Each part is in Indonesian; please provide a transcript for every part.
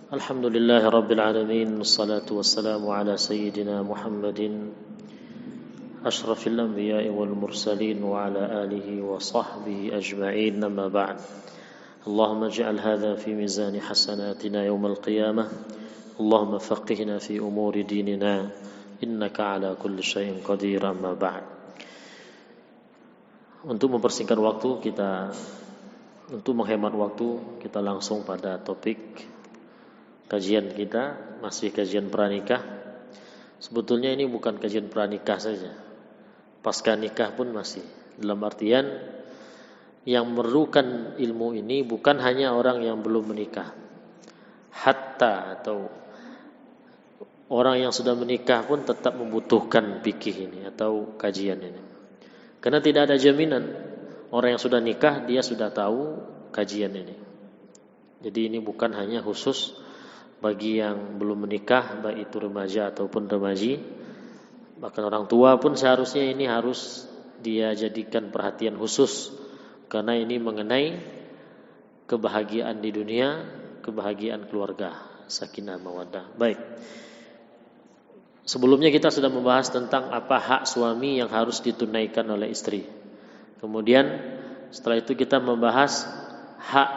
Alhamdulillahi Rabbil Alamin. Wassalatu wassalamu ala Sayyidina Muhammadin Ashrafil anbiya'i wal mursalin wa ala alihi wa sahbihi ajma'in. Amma ba'd. Allahumma ij'al hadha fi mizani hasanatina yawmal qiyamah. Allahumma faqihna fi umuri dinina. Innaka ala kulli syai'in qadir. Amma ba'd. Untuk mempersingkat waktu untuk menghemat waktu, kita langsung pada topik kajian kita, masih kajian pranikah. Sebetulnya ini bukan kajian pranikah saja, pasca nikah pun masih. Dalam artian yang memerlukan ilmu ini bukan hanya orang yang belum menikah, hatta atau orang yang sudah menikah pun tetap membutuhkan fikih ini atau kajian ini. Karena tidak ada jaminan orang yang sudah nikah dia sudah tahu kajian ini. Jadi ini bukan hanya khusus bagi yang belum menikah, baik itu remaja ataupun remaji. Bahkan orang tua pun seharusnya ini harus dia jadikan perhatian khusus, karena ini mengenai kebahagiaan di dunia, kebahagiaan keluarga, sakinah mawaddah. Baik. Sebelumnya kita sudah membahas tentang apa hak suami yang harus ditunaikan oleh istri. Kemudian setelah itu kita membahas hak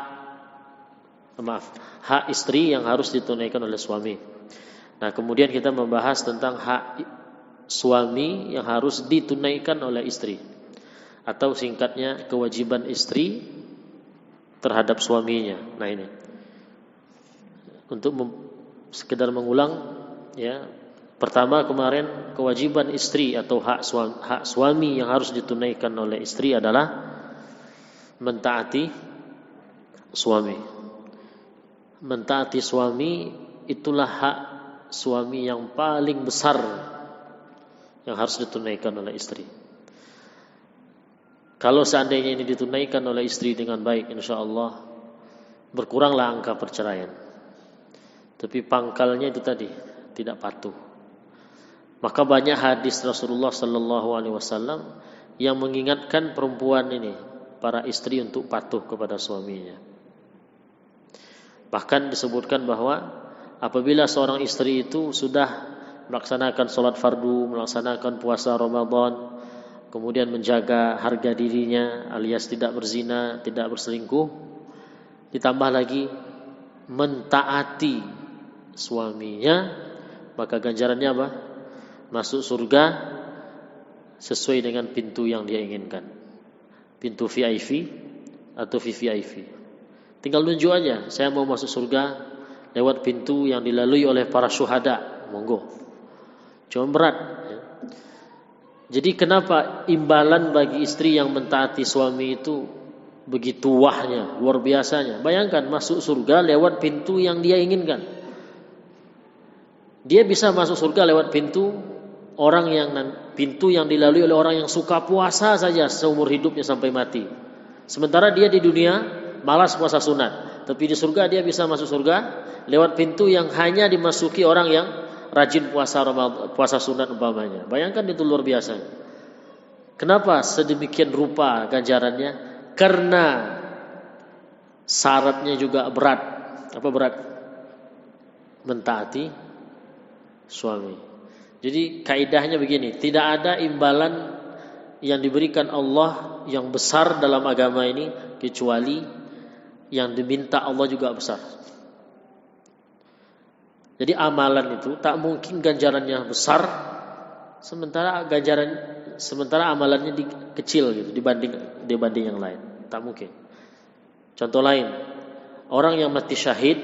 istri yang harus ditunaikan oleh suami. Nah, kemudian kita membahas tentang hak suami yang harus ditunaikan oleh istri, atau singkatnya kewajiban istri terhadap suaminya. Nah, ini untuk sekedar mengulang ya. Pertama kemarin kewajiban istri atau hak suami yang harus ditunaikan oleh istri adalah mentaati suami. Mentaati suami itulah hak suami yang paling besar yang harus ditunaikan oleh istri. Kalau seandainya ini ditunaikan oleh istri dengan baik, insya Allah berkuranglah angka perceraian. Tapi pangkalnya itu tadi, tidak patuh. Maka banyak hadis Rasulullah Sallallahu Alaihi Wasallam yang mengingatkan perempuan ini, para istri, untuk patuh kepada suaminya. Bahkan disebutkan bahwa apabila seorang istri itu sudah melaksanakan sholat fardu, melaksanakan puasa Ramadan, kemudian menjaga harga dirinya alias tidak berzina, tidak berselingkuh, ditambah lagi mentaati suaminya, maka ganjarannya apa? Masuk surga sesuai dengan pintu yang dia inginkan, pintu VIP atau VVIP. Tinggal nunjuk aja, saya mau masuk surga lewat pintu yang dilalui oleh para syuhada, monggo. Cuma berat ya. Jadi kenapa imbalan bagi istri yang mentaati suami itu begitu wahnya, luar biasanya. Bayangkan masuk surga lewat pintu yang dia inginkan. Dia bisa masuk surga lewat pintu yang dilalui oleh orang yang suka puasa saja seumur hidupnya sampai mati. Sementara dia di dunia malas puasa sunat, tapi di surga dia bisa masuk surga lewat pintu yang hanya dimasuki orang yang rajin puasa sunat umpamanya. Bayangkan itu luar biasa. Kenapa sedemikian rupa ganjarannya? Karena syaratnya juga berat. Apa berat? Mentaati suami. Jadi kaidahnya begini, tidak ada imbalan yang diberikan Allah yang besar dalam agama ini kecuali yang diminta Allah juga besar. Jadi amalan itu tak mungkin ganjarannya besar sementara amalannya kecil gitu dibanding yang lain. Tak mungkin. Contoh lain, orang yang mati syahid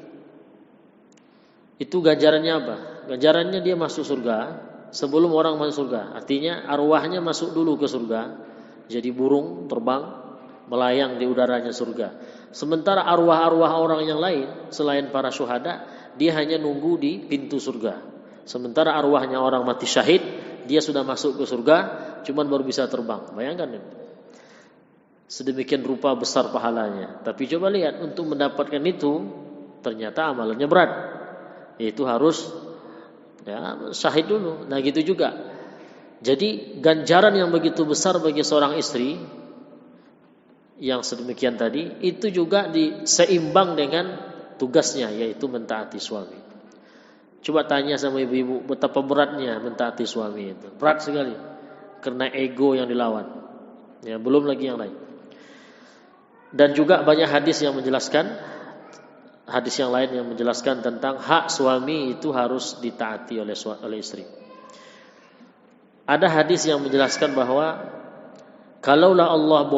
itu ganjarannya apa? Ganjarannya dia masuk surga sebelum orang masuk surga. Artinya arwahnya masuk dulu ke surga, jadi burung terbang melayang di udaranya surga. Sementara arwah-arwah orang yang lain selain para syuhada, dia hanya nunggu di pintu surga. Sementara arwahnya orang mati syahid, dia sudah masuk ke surga, cuman baru bisa terbang. Bayangkan ini. Sedemikian rupa besar pahalanya. Tapi coba lihat, untuk mendapatkan itu ternyata amalannya berat. Yaitu harus syahid dulu. Nah gitu juga. Jadi ganjaran yang begitu besar bagi seorang istri yang sedemikian tadi itu juga seimbang dengan tugasnya, yaitu mentaati suami. Coba tanya sama ibu-ibu betapa beratnya mentaati suami itu. Berat sekali karena ego yang dilawan. Ya, belum lagi yang lain. Dan juga banyak hadis yang menjelaskan, hadis yang lain yang menjelaskan tentang hak suami itu harus ditaati oleh istri. Ada hadis yang menjelaskan bahwa kalaulah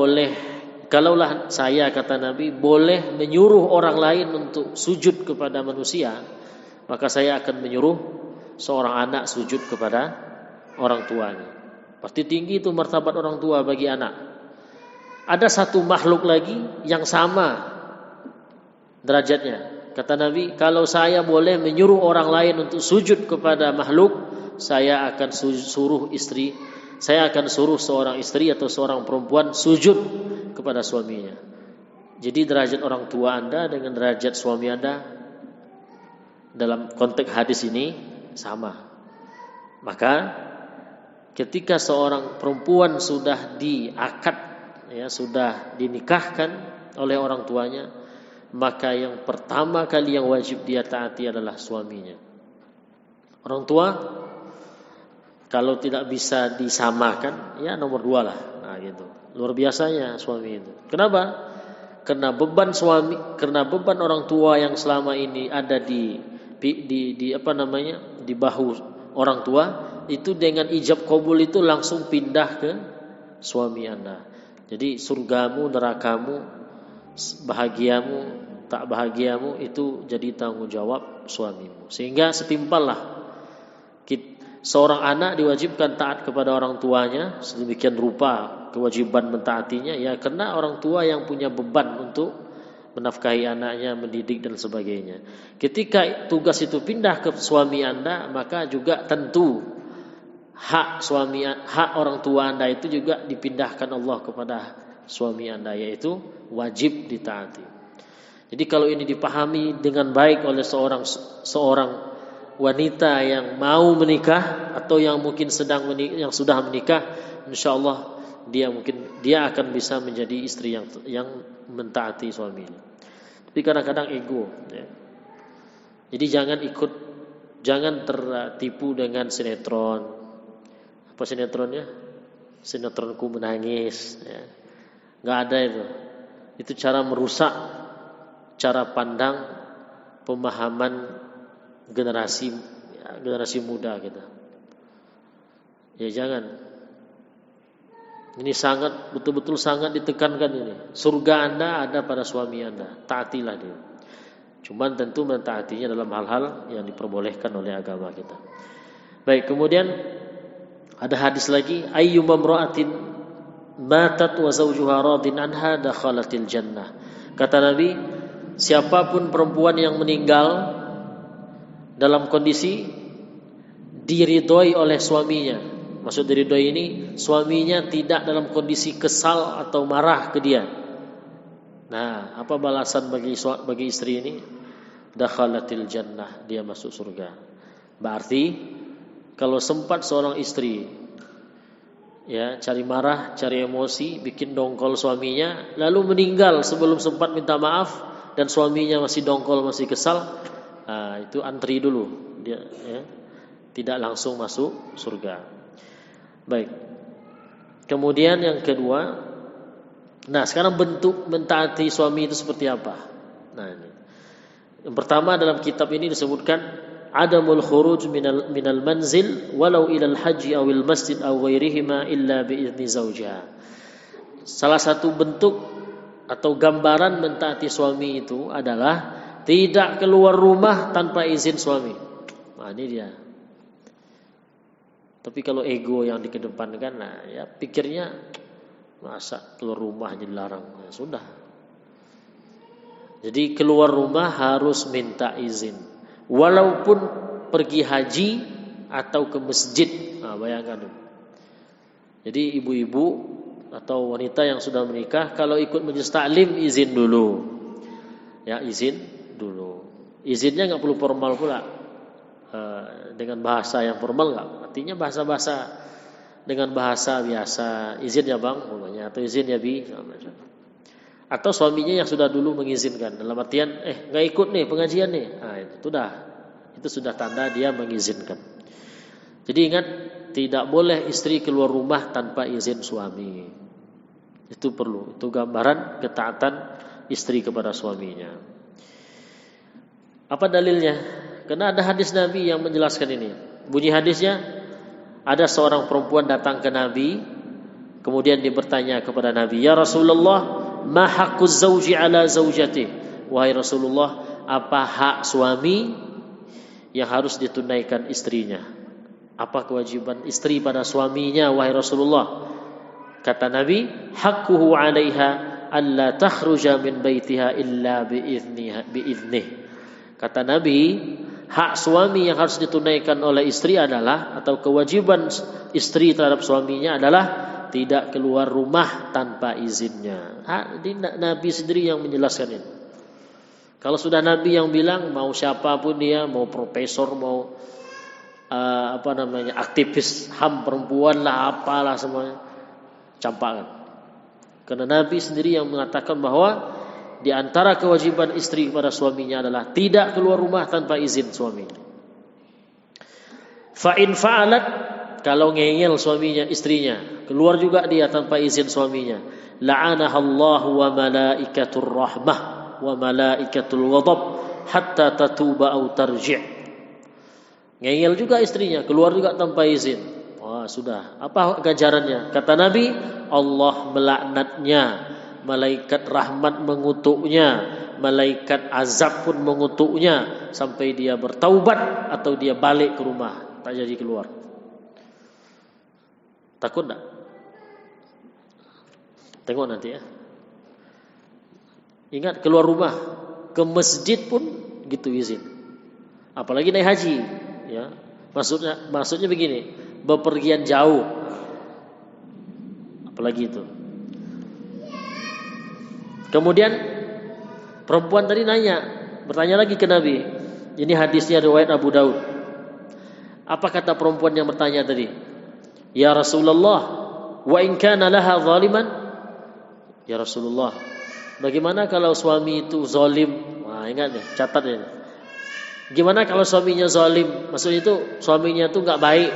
saya, kata Nabi, boleh menyuruh orang lain untuk sujud kepada manusia, maka saya akan menyuruh seorang anak sujud kepada orang tuanya. Pasti tinggi itu martabat orang tua bagi anak. Ada satu makhluk lagi yang sama derajatnya. Kata Nabi, kalau saya boleh menyuruh orang lain untuk sujud kepada makhluk, saya akan suruh seorang istri atau seorang perempuan sujud kepada suaminya. Jadi derajat orang tua Anda dengan derajat suami Anda dalam konteks hadis ini sama. Maka ketika seorang perempuan sudah diakad, ya, sudah dinikahkan oleh orang tuanya, maka yang pertama kali yang wajib dia taati adalah suaminya. Orang tua kalau tidak bisa disamakan, ya nomor 2 lah. Nah gitu. Luar biasanya suami itu. Kenapa? Karena beban orang tua yang selama ini ada di bahu orang tua, itu dengan ijab kabul itu langsung pindah ke suami Anda. Jadi surgamu, nerakamu, bahagiamu, tak bahagiamu itu jadi tanggung jawab suamimu. Sehingga setimpallah seorang anak diwajibkan taat kepada orang tuanya, sedemikian rupa kewajiban mentaatinya, ya karena orang tua yang punya beban untuk menafkahi anaknya, mendidik dan sebagainya. Ketika tugas itu pindah ke suami Anda, maka juga tentu hak orang tua Anda itu juga dipindahkan Allah kepada suami Anda, yaitu wajib ditaati. Jadi kalau ini dipahami dengan baik oleh seorang wanita yang mau menikah atau yang mungkin yang sudah menikah, insyaallah dia akan bisa menjadi istri yang mentaati suaminya. Tapi kadang-kadang ego, ya. Jadi jangan tertipu dengan sinetron. Apa sinetronnya? Sinetronku menangis, ya. Enggak ada itu. Itu cara merusak cara pandang pemahaman generasi muda kita. Ya jangan. Ini betul-betul sangat ditekankan ini. Surga Anda ada pada suami Anda. Taatilah dia. Cuman tentu mentaatinya dalam hal-hal yang diperbolehkan oleh agama kita. Baik, kemudian ada hadis lagi, ayyuma imra'atin matat wa zawjuha radin anha dakhalatil jannah. Kata Nabi, siapapun perempuan yang meninggal dalam kondisi diridhoi oleh suaminya. Maksud diridhoi ini, suaminya tidak dalam kondisi kesal atau marah ke dia. Nah, apa balasan bagi istri ini? Dakhalatil jannah, dia masuk surga. Berarti kalau sempat seorang istri ya cari marah, cari emosi, bikin dongkol suaminya, lalu meninggal sebelum sempat minta maaf dan suaminya masih dongkol, masih kesal, nah, itu antri dulu dia, ya, tidak langsung masuk surga. Baik. Kemudian yang kedua, nah sekarang bentuk mentaati suami itu seperti apa? Nah ini. Yang pertama dalam kitab ini disebutkan adamul khuruj minal manzil walau ilal haji awil masjid aw ghairihima illa bi'izni zawjiha. Salah satu bentuk atau gambaran mentaati suami itu adalah tidak keluar rumah tanpa izin suami. Nah ini dia. Tapi kalau ego yang dikedepankan, nah ya pikirnya masa keluar rumah dilarang, ya sudah. Jadi keluar rumah harus minta izin, walaupun pergi haji atau ke masjid. Nah bayangkan. Jadi ibu-ibu atau wanita yang sudah menikah kalau ikut majelis taklim izin dulu, ya izin dulu. Izinnya nggak perlu formal pula, dengan bahasa yang formal nggak. Artinya bahasa-bahasa dengan bahasa biasa, izin ya bang, umpamanya, atau izin ya bi. Atau suaminya yang sudah dulu mengizinkan, dalam artian nggak ikut nih pengajian nih. Itu sudah tanda dia mengizinkan. Jadi ingat, tidak boleh istri keluar rumah tanpa izin suami. Itu perlu. Itu gambaran ketaatan istri kepada suaminya. Apa dalilnya? Karena ada hadis Nabi yang menjelaskan ini. Bunyi hadisnya, ada seorang perempuan datang ke Nabi, kemudian dia bertanya kepada Nabi, "Ya Rasulullah, ma haqquz zauji ala zaujati?" Wahai Rasulullah, apa hak suami yang harus ditunaikan istrinya? Apa kewajiban istri pada suaminya, wahai Rasulullah? Kata Nabi, "Haqquhu 'alaiha alla takhruja min baitiha illa biiznih." Kata Nabi, hak suami yang harus ditunaikan oleh istri adalah, atau kewajiban istri terhadap suaminya adalah tidak keluar rumah tanpa izinnya. Nabi sendiri yang menjelaskan ini. Kalau sudah Nabi yang bilang, mau siapapun dia, mau profesor, mau aktivis HAM perempuan lah, apalah semuanya, campakkan. Karena Nabi sendiri yang mengatakan bahwa di antara kewajiban istri kepada suaminya adalah tidak keluar rumah tanpa izin suaminya. Fa in fa'alat, kalau ngeyel suaminya, istrinya keluar juga dia tanpa izin suaminya, la'anahallahu wa malaikatur rahmah wa malaikatul ghadab hatta tatuba aw tarji'. Ngeyel juga istrinya, keluar juga tanpa izin. Sudah. Apa ganjarannya? Kata Nabi, Allah melaknatnya, malaikat rahmat mengutuknya, malaikat azab pun mengutuknya sampai dia bertaubat atau dia balik ke rumah, tak jadi keluar. Takut tak? Tengok nanti ya. Ingat, keluar rumah ke masjid pun gitu izin. Apalagi naik haji, ya. Maksudnya begini, bepergian jauh. Apalagi itu. Kemudian perempuan tadi bertanya lagi ke Nabi. Ini hadisnya riwayat Abu Daud. Apa kata perempuan yang bertanya tadi? Ya Rasulullah, wa in kana laha zaliman? Ya Rasulullah, bagaimana kalau suami itu zalim? Ingat nih, catat ini. Gimana kalau suaminya zalim? Maksudnya itu suaminya itu enggak baik.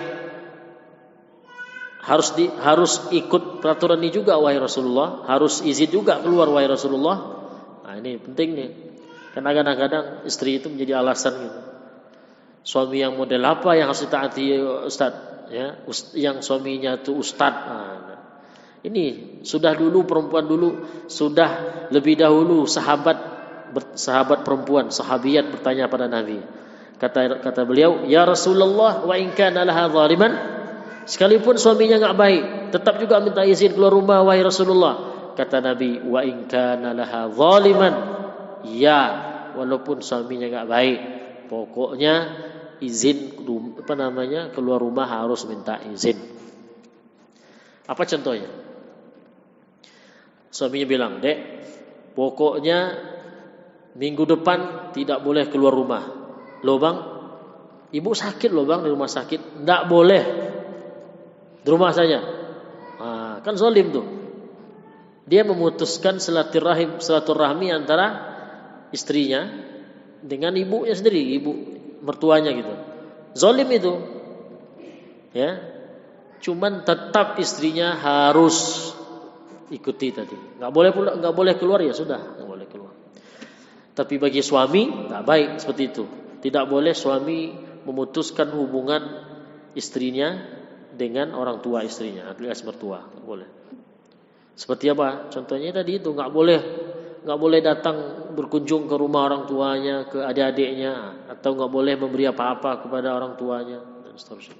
Harus ikut peraturan ini juga, wahai Rasulullah. Harus izin juga keluar, wahai Rasulullah. Ini penting nih. Karena kadang-kadang istri itu menjadi alasan gitu. Suami yang model apa yang harus ditaati, Ustaz? Ya, yang suaminya itu Ustaz. Ini sudah dulu, perempuan dulu sudah lebih dahulu sahabat perempuan, sahabiyat bertanya pada Nabi. Kata beliau, "Ya Rasulullah, wa in kana laha zaliman?" Sekalipun suaminya enggak baik, tetap juga minta izin keluar rumah, wahai Rasulullah. Kata Nabi, "Wa in kana laha zaliman?" Ya, walaupun suaminya enggak baik, pokoknya izin keluar rumah harus minta izin. Apa contohnya? Suaminya bilang, "Dek, pokoknya minggu depan tidak boleh keluar rumah." Loh bang, ibu sakit loh bang, di rumah sakit. Tidak boleh, di rumah saja. Kan zalim tuh. Dia memutuskan silaturahmi antara istrinya dengan ibunya sendiri, ibu mertuanya gitu. Zalim itu. Ya. Cuman tetap istrinya harus ikuti tadi. Enggak boleh keluar, ya sudah, enggak boleh keluar. Tapi bagi suami enggak baik seperti itu. Tidak boleh suami memutuskan hubungan istrinya dengan orang tua istrinya, alias mertua, enggak boleh. Seperti apa? Contohnya tadi itu, enggak boleh datang berkunjung ke rumah orang tuanya, ke adik-adiknya, atau enggak boleh memberi apa-apa kepada orang tuanya dan seterusnya.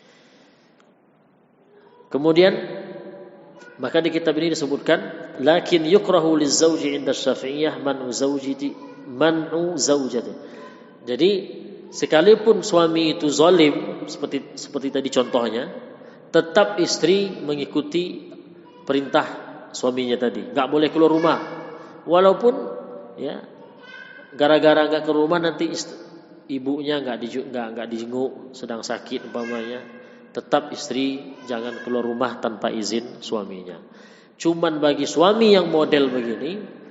Kemudian maka di kitab ini disebutkan, lakin yukrahu lizauji 'inda Syafi'iyah man'u zaujati. Jadi sekalipun suami itu zalim seperti tadi contohnya, tetap istri mengikuti perintah suaminya tadi, enggak boleh keluar rumah. Walaupun ya gara-gara enggak keluar rumah nanti ibunya enggak dijenguk sedang sakit umpamanya, tetap istri jangan keluar rumah tanpa izin suaminya. Cuman bagi suami yang model begini,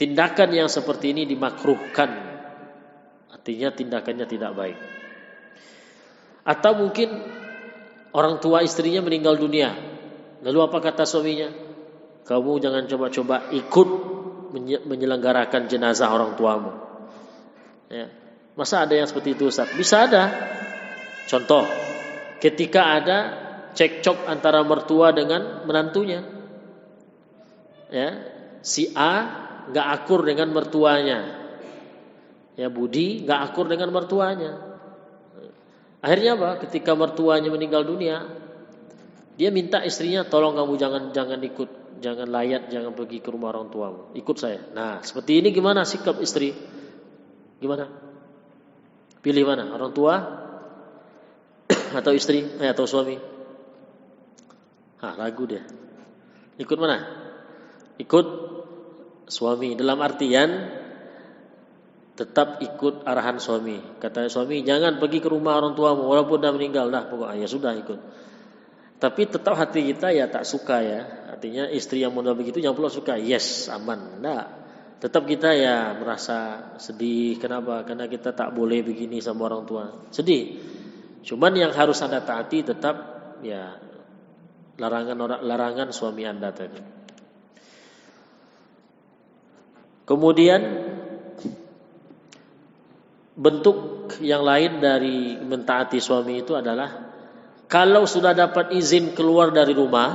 tindakan yang seperti ini dimakruhkan. Artinya tindakannya tidak baik. Atau mungkin orang tua istrinya meninggal dunia. Lalu apa kata suaminya? Kamu jangan coba-coba ikut menyelenggarakan jenazah orang tuamu. Ya. Masa ada yang seperti itu, Ustaz? Bisa ada. Contoh, ketika ada cekcok antara mertua dengan menantunya. Ya, si A nggak akur dengan mertuanya. Ya, Budi nggak akur dengan mertuanya. Akhirnya apa? Ketika mertuanya meninggal dunia, dia minta istrinya, tolong kamu jangan ikut, jangan layat, jangan pergi ke rumah orang tuamu, ikut saya. Nah, seperti ini gimana sikap istri? Gimana? Pilih mana? Orang tua atau istri atau suami? Ragu dia. Ikut mana? Ikut suami. Dalam artian tetap ikut arahan suami. Kata suami, jangan pergi ke rumah orang tuamu walaupun dah meninggal dah, pokoknya ya sudah ikut. Tapi tetap hati kita ya tak suka ya. Artinya istri yang modal begitu jangan pula suka. Yes, aman. Enggak. Tetap kita ya merasa sedih. Kenapa? Karena kita tak boleh begini sama orang tua. Sedih. Cuman yang harus Anda taati tetap ya larangan suami Anda tadi. Kemudian bentuk yang lain dari mentaati suami itu adalah kalau sudah dapat izin keluar dari rumah,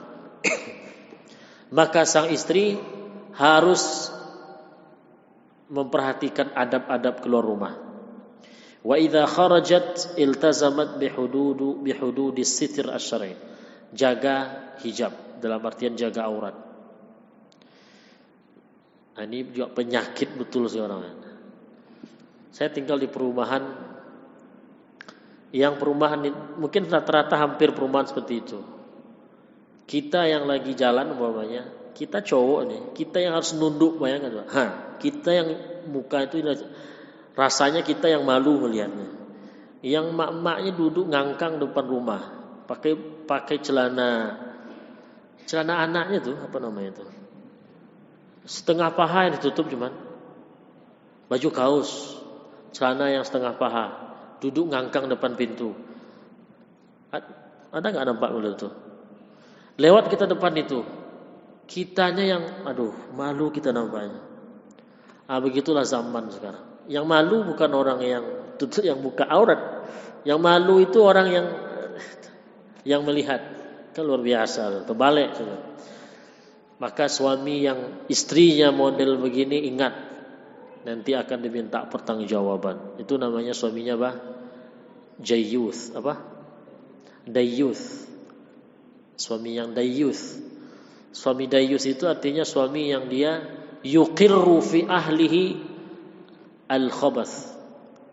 maka sang istri harus memperhatikan adab-adab keluar rumah. Wa idza kharajat iltazamat bihududis sitr asy-syar'i. Jaga hijab, dalam artian jaga aurat. Ini juga penyakit betul sekarang. Saya tinggal di perumahan yang mungkin rata-rata hampir perumahan seperti itu. Kita yang lagi jalan umpamanya, kita cowok nih, kita yang harus nunduk, bayangkan. Kita yang muka itu rasanya kita yang malu melihatnya. Yang mak-maknya duduk ngangkang depan rumah, pakai celana anaknya tuh, apa namanya tuh? Setengah paha yang ditutup cuman. Baju kaos, celana yang setengah paha, duduk ngangkang depan pintu. Ada nggak nampak dulu tuh? Lewat kita depan itu, kitanya yang, malu kita nampaknya. Begitulah zaman sekarang. Yang malu bukan orang yang tutup, yang buka aurat. Yang malu itu orang yang melihat. Kan luar biasa, terbalik. Maka suami yang istrinya model begini, ingat, nanti akan diminta pertanggungjawaban. Itu namanya suaminya apa? Jayyuth. Apa? Dayyuth. Suami yang dayyuth. Suami dayyuth itu artinya suami yang dia yuqirru fi ahlihi al-khabath.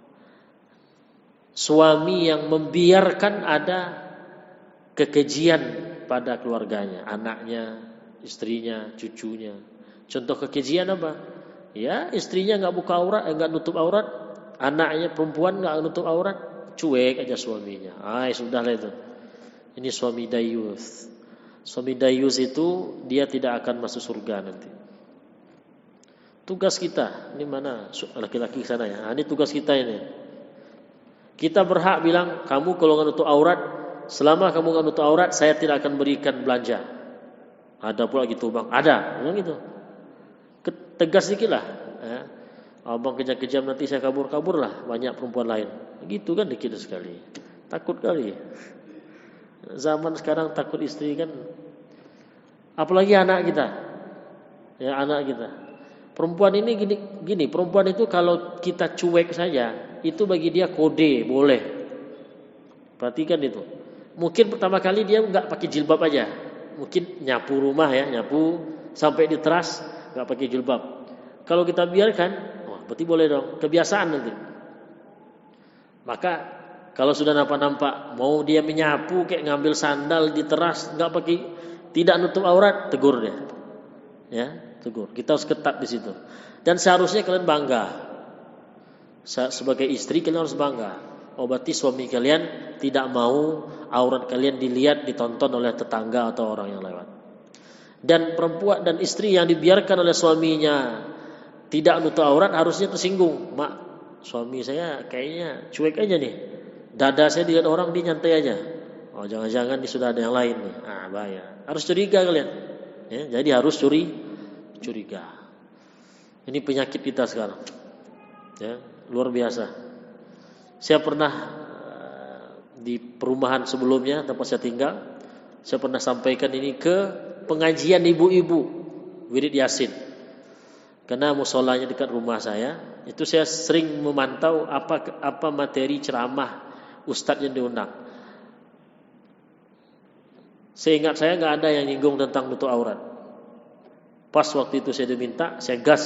Suami yang membiarkan ada kekejian pada keluarganya, anaknya, istrinya, cucunya. Contoh kekejian apa? Ya, istrinya enggak buka aurat, enggak nutup aurat, anaknya perempuan enggak nutup aurat, cuek aja suaminya. Sudahlah itu. Ini suami dayyuth. Suami dayyuth itu dia tidak akan masuk surga nanti. Tugas kita, ini mana laki-laki sana ya? Ini tugas kita ini. Kita berhak bilang, kamu kalau enggak nutup aurat, selama kamu enggak nutup aurat, saya tidak akan berikan belanja. Ada pula gitu bang, ada, bilang gitu. Tegas dikit lah. Ya. Abang kejam-kejam nanti saya kabur lah, banyak perempuan lain. Gitu kan dikit sekali. Takut kali. Zaman sekarang takut istri kan. Apalagi anak kita. Ya anak kita. Perempuan ini gini, perempuan itu kalau kita cuek saja, itu bagi dia kode, boleh. Perhatikan itu. Mungkin pertama kali dia enggak pakai jilbab aja. Mungkin nyapu rumah ya, nyapu sampai di teras enggak pakai jilbab. Kalau kita biarkan, berarti boleh dong, kebiasaan nanti. Maka kalau sudah nampak mau dia menyapu kayak ngambil sandal di teras enggak pakai, tidak nutup aurat, tegur dia. Ya, tegur. Kita harus ketat di situ. Dan seharusnya kalian bangga. Sebagai istri kalian harus bangga. Berarti suami kalian tidak mau aurat kalian dilihat, ditonton oleh tetangga atau orang yang lewat. Dan perempuan dan istri yang dibiarkan oleh suaminya tidak nutup aurat harusnya tersinggung. Mak, suami saya kayaknya cuek aja nih. Dada saya dilihat orang dia nyantai aja. Oh, jangan-jangan dia sudah ada yang lain nih. Ah, bahaya. Harus curiga kalian. Ya, jadi harus curiga. Ini penyakit kita sekarang. Ya, luar biasa. Saya pernah di perumahan sebelumnya tempat saya tinggal, saya pernah sampaikan ini ke pengajian ibu-ibu wirid Yasin. Karena musolanya dekat rumah saya, itu saya sering memantau apa materi ceramah ustadz yang diundang. Seingat saya nggak ada yang nyinggung tentang nutup aurat. Pas waktu itu saya diminta, saya gas.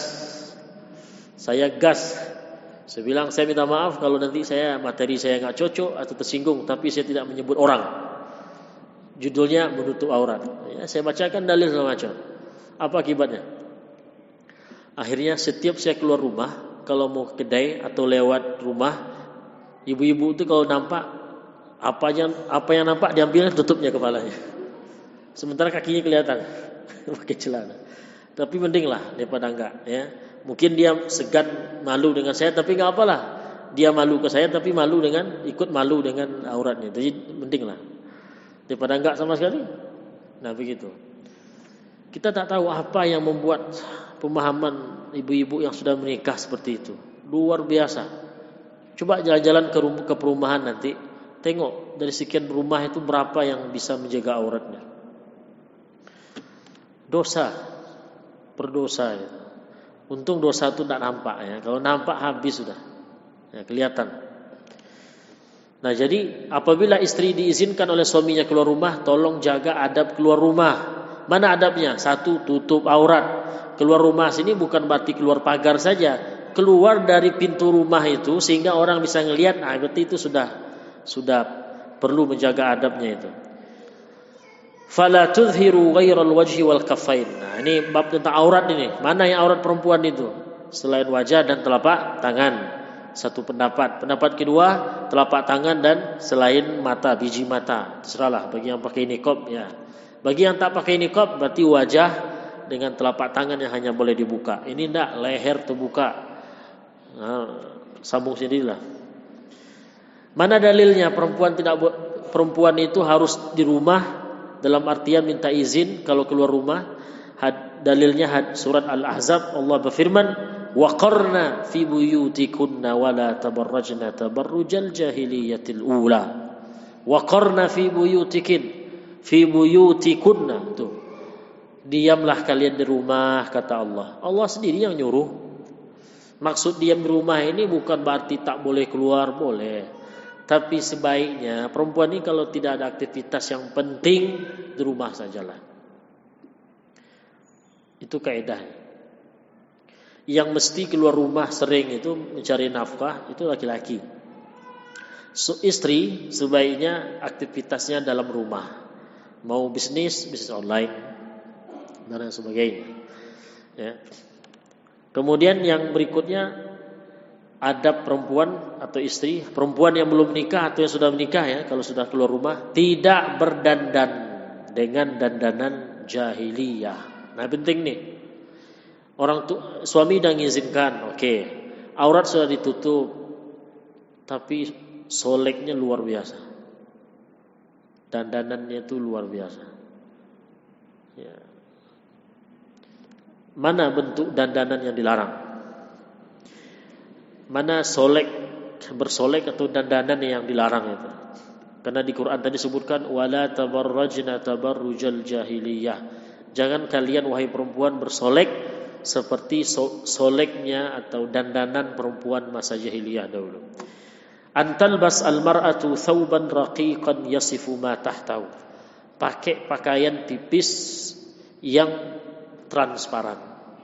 Saya bilang saya minta maaf kalau nanti materi saya nggak cocok atau tersinggung, tapi saya tidak menyebut orang. Judulnya menutup aurat. Ya, saya bacakan dalil segala macam. Apa akibatnya? Akhirnya setiap saya keluar rumah, kalau mau ke kedai atau lewat rumah, ibu-ibu itu kalau nampak apa yang nampak diambil tutupnya kepalanya. Sementara kakinya kelihatan pakai celana. Tapi mending lah daripada enggak, ya. Mungkin dia segan malu dengan saya, tapi enggak apalah. Dia malu ke saya, tapi ikut malu dengan auratnya. Jadi mending lah daripada enggak sama sekali. Nah begitu. Kita tak tahu apa yang membuat pemahaman ibu-ibu yang sudah menikah seperti itu. Luar biasa. Coba jalan-jalan ke perumahan nanti, tengok dari sekian rumah itu berapa yang bisa menjaga auratnya. Dosa, berdosa. Ya. Untung dosa itu tidak nampak ya. Kalau nampak habis sudah, ya, kelihatan. Nah jadi apabila istri diizinkan oleh suaminya keluar rumah, tolong jaga adab keluar rumah. Mana adabnya? 1, tutup aurat. Keluar rumah sini bukan berarti keluar pagar saja. Keluar dari pintu rumah itu sehingga orang bisa ngelihat. Nah berarti itu sudah perlu menjaga adabnya itu. Fala tudhiru ghairal wajhi wal kaffain. Nah ini bab tentang aurat ini. Mana yang aurat perempuan itu? Selain wajah dan telapak tangan. Satu pendapat. Pendapat kedua, telapak tangan dan selain mata, biji mata. Terserahlah bagi yang pakai niqab ya. Bagi yang tak pakai niqab berarti wajah dengan telapak tangan yang hanya boleh dibuka. Ini enggak, leher terbuka. Nah, sambung sendirilah. Mana dalilnya perempuan itu harus di rumah dalam artian minta izin kalau keluar rumah? Dalilnya surat Al-Ahzab, Allah berfirman, "Waqarna fi buyutikunna wa la tabarrajna tabarrujal jahiliyatil ula." Waqarna fi buyutikunna tuh. Diamlah kalian di rumah, kata Allah. Allah sendiri yang nyuruh. Maksud diam di rumah ini bukan berarti tak boleh keluar, boleh. Tapi sebaiknya perempuan ini kalau tidak ada aktivitas yang penting di rumah sajalah. Itu kaedahnya. Yang mesti keluar rumah sering itu mencari nafkah itu laki-laki. Istri sebaiknya aktivitasnya dalam rumah. Mau bisnis online dan lain sebagainya. Ya. Kemudian yang berikutnya adab perempuan atau istri, perempuan yang belum menikah atau yang sudah menikah ya, kalau sudah keluar rumah tidak berdandan dengan dandanan jahiliyah. Nah penting nih. Suami dah mengizinkan, oke. Aurat sudah ditutup. Tapi soleknya luar biasa. Dandanannya itu luar biasa. Ya. Mana bentuk dandanan yang dilarang? Mana bersolek atau dandanan yang dilarang itu? Karena di Quran tadi sebutkan wala tabarrajna tabarrujal jahiliyah. Jangan kalian wahai perempuan bersolek seperti soleknya atau dandanan perempuan masa jahiliyah dahulu. Antalbas almar'atu thawban raqiqan yasifu ma tahtahu. Pakai pakaian tipis yang transparan.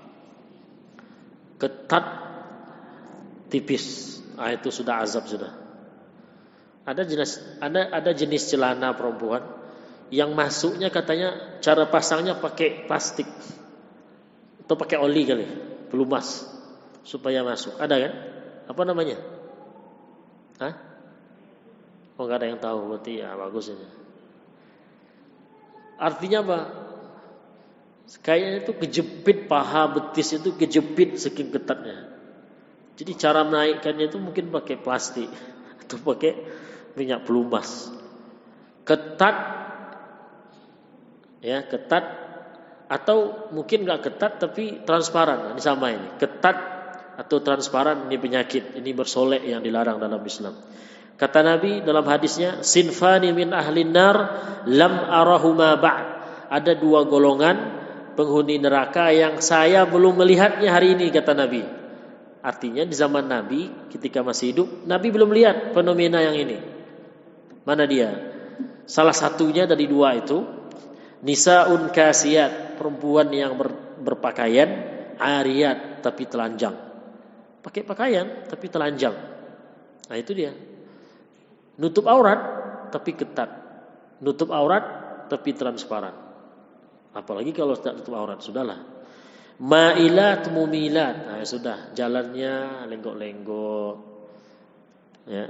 Ketat tipis. Ah itu sudah azab sudah. Ada jenis celana perempuan yang masuknya katanya cara pasangnya pakai plastik atau pakai oli kali, pelumas supaya masuk. Ada kan? Apa namanya? Hah? Oh nggak ada yang tahu, berarti ya bagus ini. Artinya apa? Kayaknya itu kejepit paha betis itu kejepit saking ketatnya. Jadi cara menaikkannya itu mungkin pakai plastik atau pakai minyak pelumas. Ketat, ya ketat, atau mungkin nggak ketat tapi transparan. Ini sama ini, ketat atau transparan, ini penyakit, ini bersolek yang dilarang dalam Islam. Kata Nabi dalam hadisnya, sinfani min ahlin nar lam arahuma ba'd. Ada dua golongan penghuni neraka yang saya belum melihatnya hari ini, kata Nabi. Artinya di zaman Nabi ketika masih hidup, Nabi belum lihat fenomena yang ini. Mana dia? Salah satunya dari dua itu, nisaun kasiyat, perempuan yang berpakaian, ariyat tapi telanjang. Pakai pakaian tapi telanjang. Nah itu dia. Nutup aurat tapi ketat. Nutup aurat tapi transparan. Apalagi kalau tidak nutup aurat, sudahlah. Ma'ilat mumilat. Nah, sudah, jalannya lenggok-lenggok. Ya.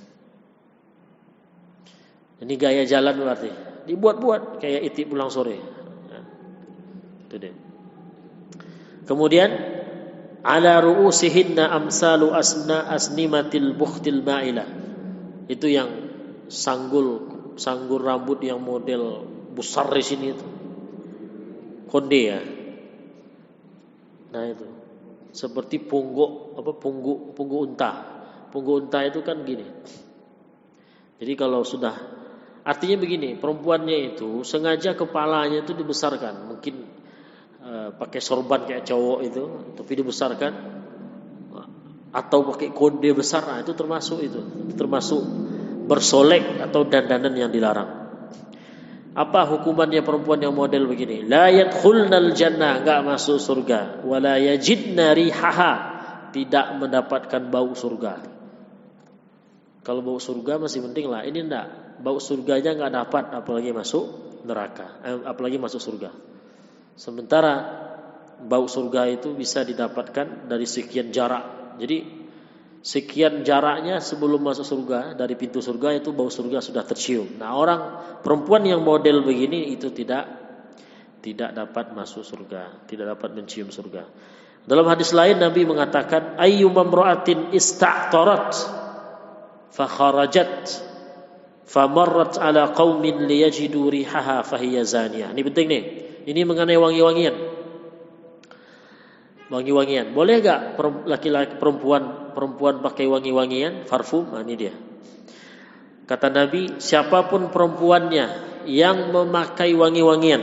Ini gaya jalan berarti. Dibuat-buat kayak Iti pulang sore. Ya. Itu dia. Kemudian ala ru'usihinna amsalu asnimatil bukhtil ma'ilah. Itu yang sanggul rambut yang model besar di sini itu. Konde ya. Nah itu seperti pungguk unta. Pungguk unta itu kan gini. Jadi kalau sudah, artinya begini, perempuannya itu sengaja kepalanya itu dibesarkan, mungkin pakai sorban kayak cowok itu, tapi dibesarkan, atau pakai konde besar, nah itu termasuk bersolek atau dandanan yang dilarang. Apa hukumannya perempuan yang model begini? La yadkhulnal jannah, enggak masuk surga. Wala yajidna rihaha, tidak mendapatkan bau surga. Kalau bau surga masih penting lah. Ini enggak, bau surganya enggak dapat, apalagi masuk neraka, apalagi masuk surga. Sementara bau surga itu bisa didapatkan dari sekian jarak. Jadi sekian jaraknya sebelum masuk surga, dari pintu surga itu bau surga sudah tercium. Nah, perempuan yang model begini itu tidak dapat masuk surga, tidak dapat mencium surga. Dalam hadis lain Nabi mengatakan, ayyuma imra'atin ista'tarat fa kharajat famarrat ala qaumin liyajidu rihaha fahiya zaniyah. Ini penting nih. Ini mengenai wangi-wangian. Wangi-wangian. Boleh enggak laki-laki perempuan pakai wangi-wangian, parfum? Nah, ini dia. Kata Nabi, siapapun perempuannya yang memakai wangi-wangian,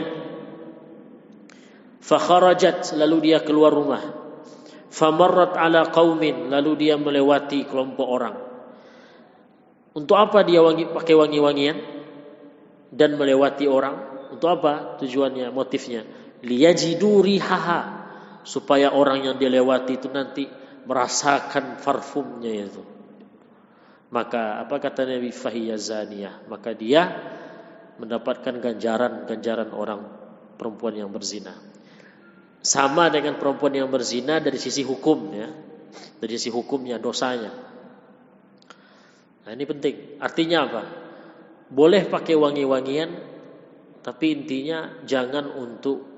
fa kharajat, lalu dia keluar rumah, famarrat ala qaumin, lalu dia melewati kelompok orang. Untuk apa dia pakai wangi-wangian dan melewati orang? Untuk apa tujuannya, motifnya? Liyajidu rihaha, supaya orang yang dilewati itu nanti merasakan parfumnya itu. Maka apa kata Nabi, fahiya zaniyah, maka dia mendapatkan ganjaran orang perempuan yang berzina. Sama dengan perempuan yang berzina dari sisi hukum ya. Dari sisi hukumnya, dosanya. Nah, ini penting. Artinya apa? Boleh pakai wangi-wangian, tapi intinya jangan untuk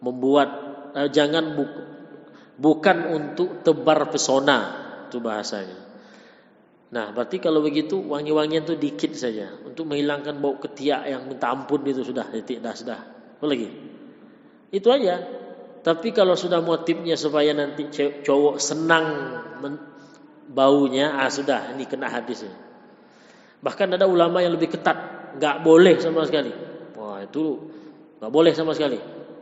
bukan untuk tebar pesona, itu bahasanya. Nah, berarti kalau begitu wangi-wangian itu dikit saja untuk menghilangkan bau ketiak yang minta ampun itu sudah. Apa lagi? Itu aja. Tapi kalau sudah motifnya supaya nanti cowok senang baunya, sudah, ini kena hadisnya. Bahkan ada ulama yang lebih ketat, enggak boleh sama sekali. Wah, itu enggak boleh sama sekali.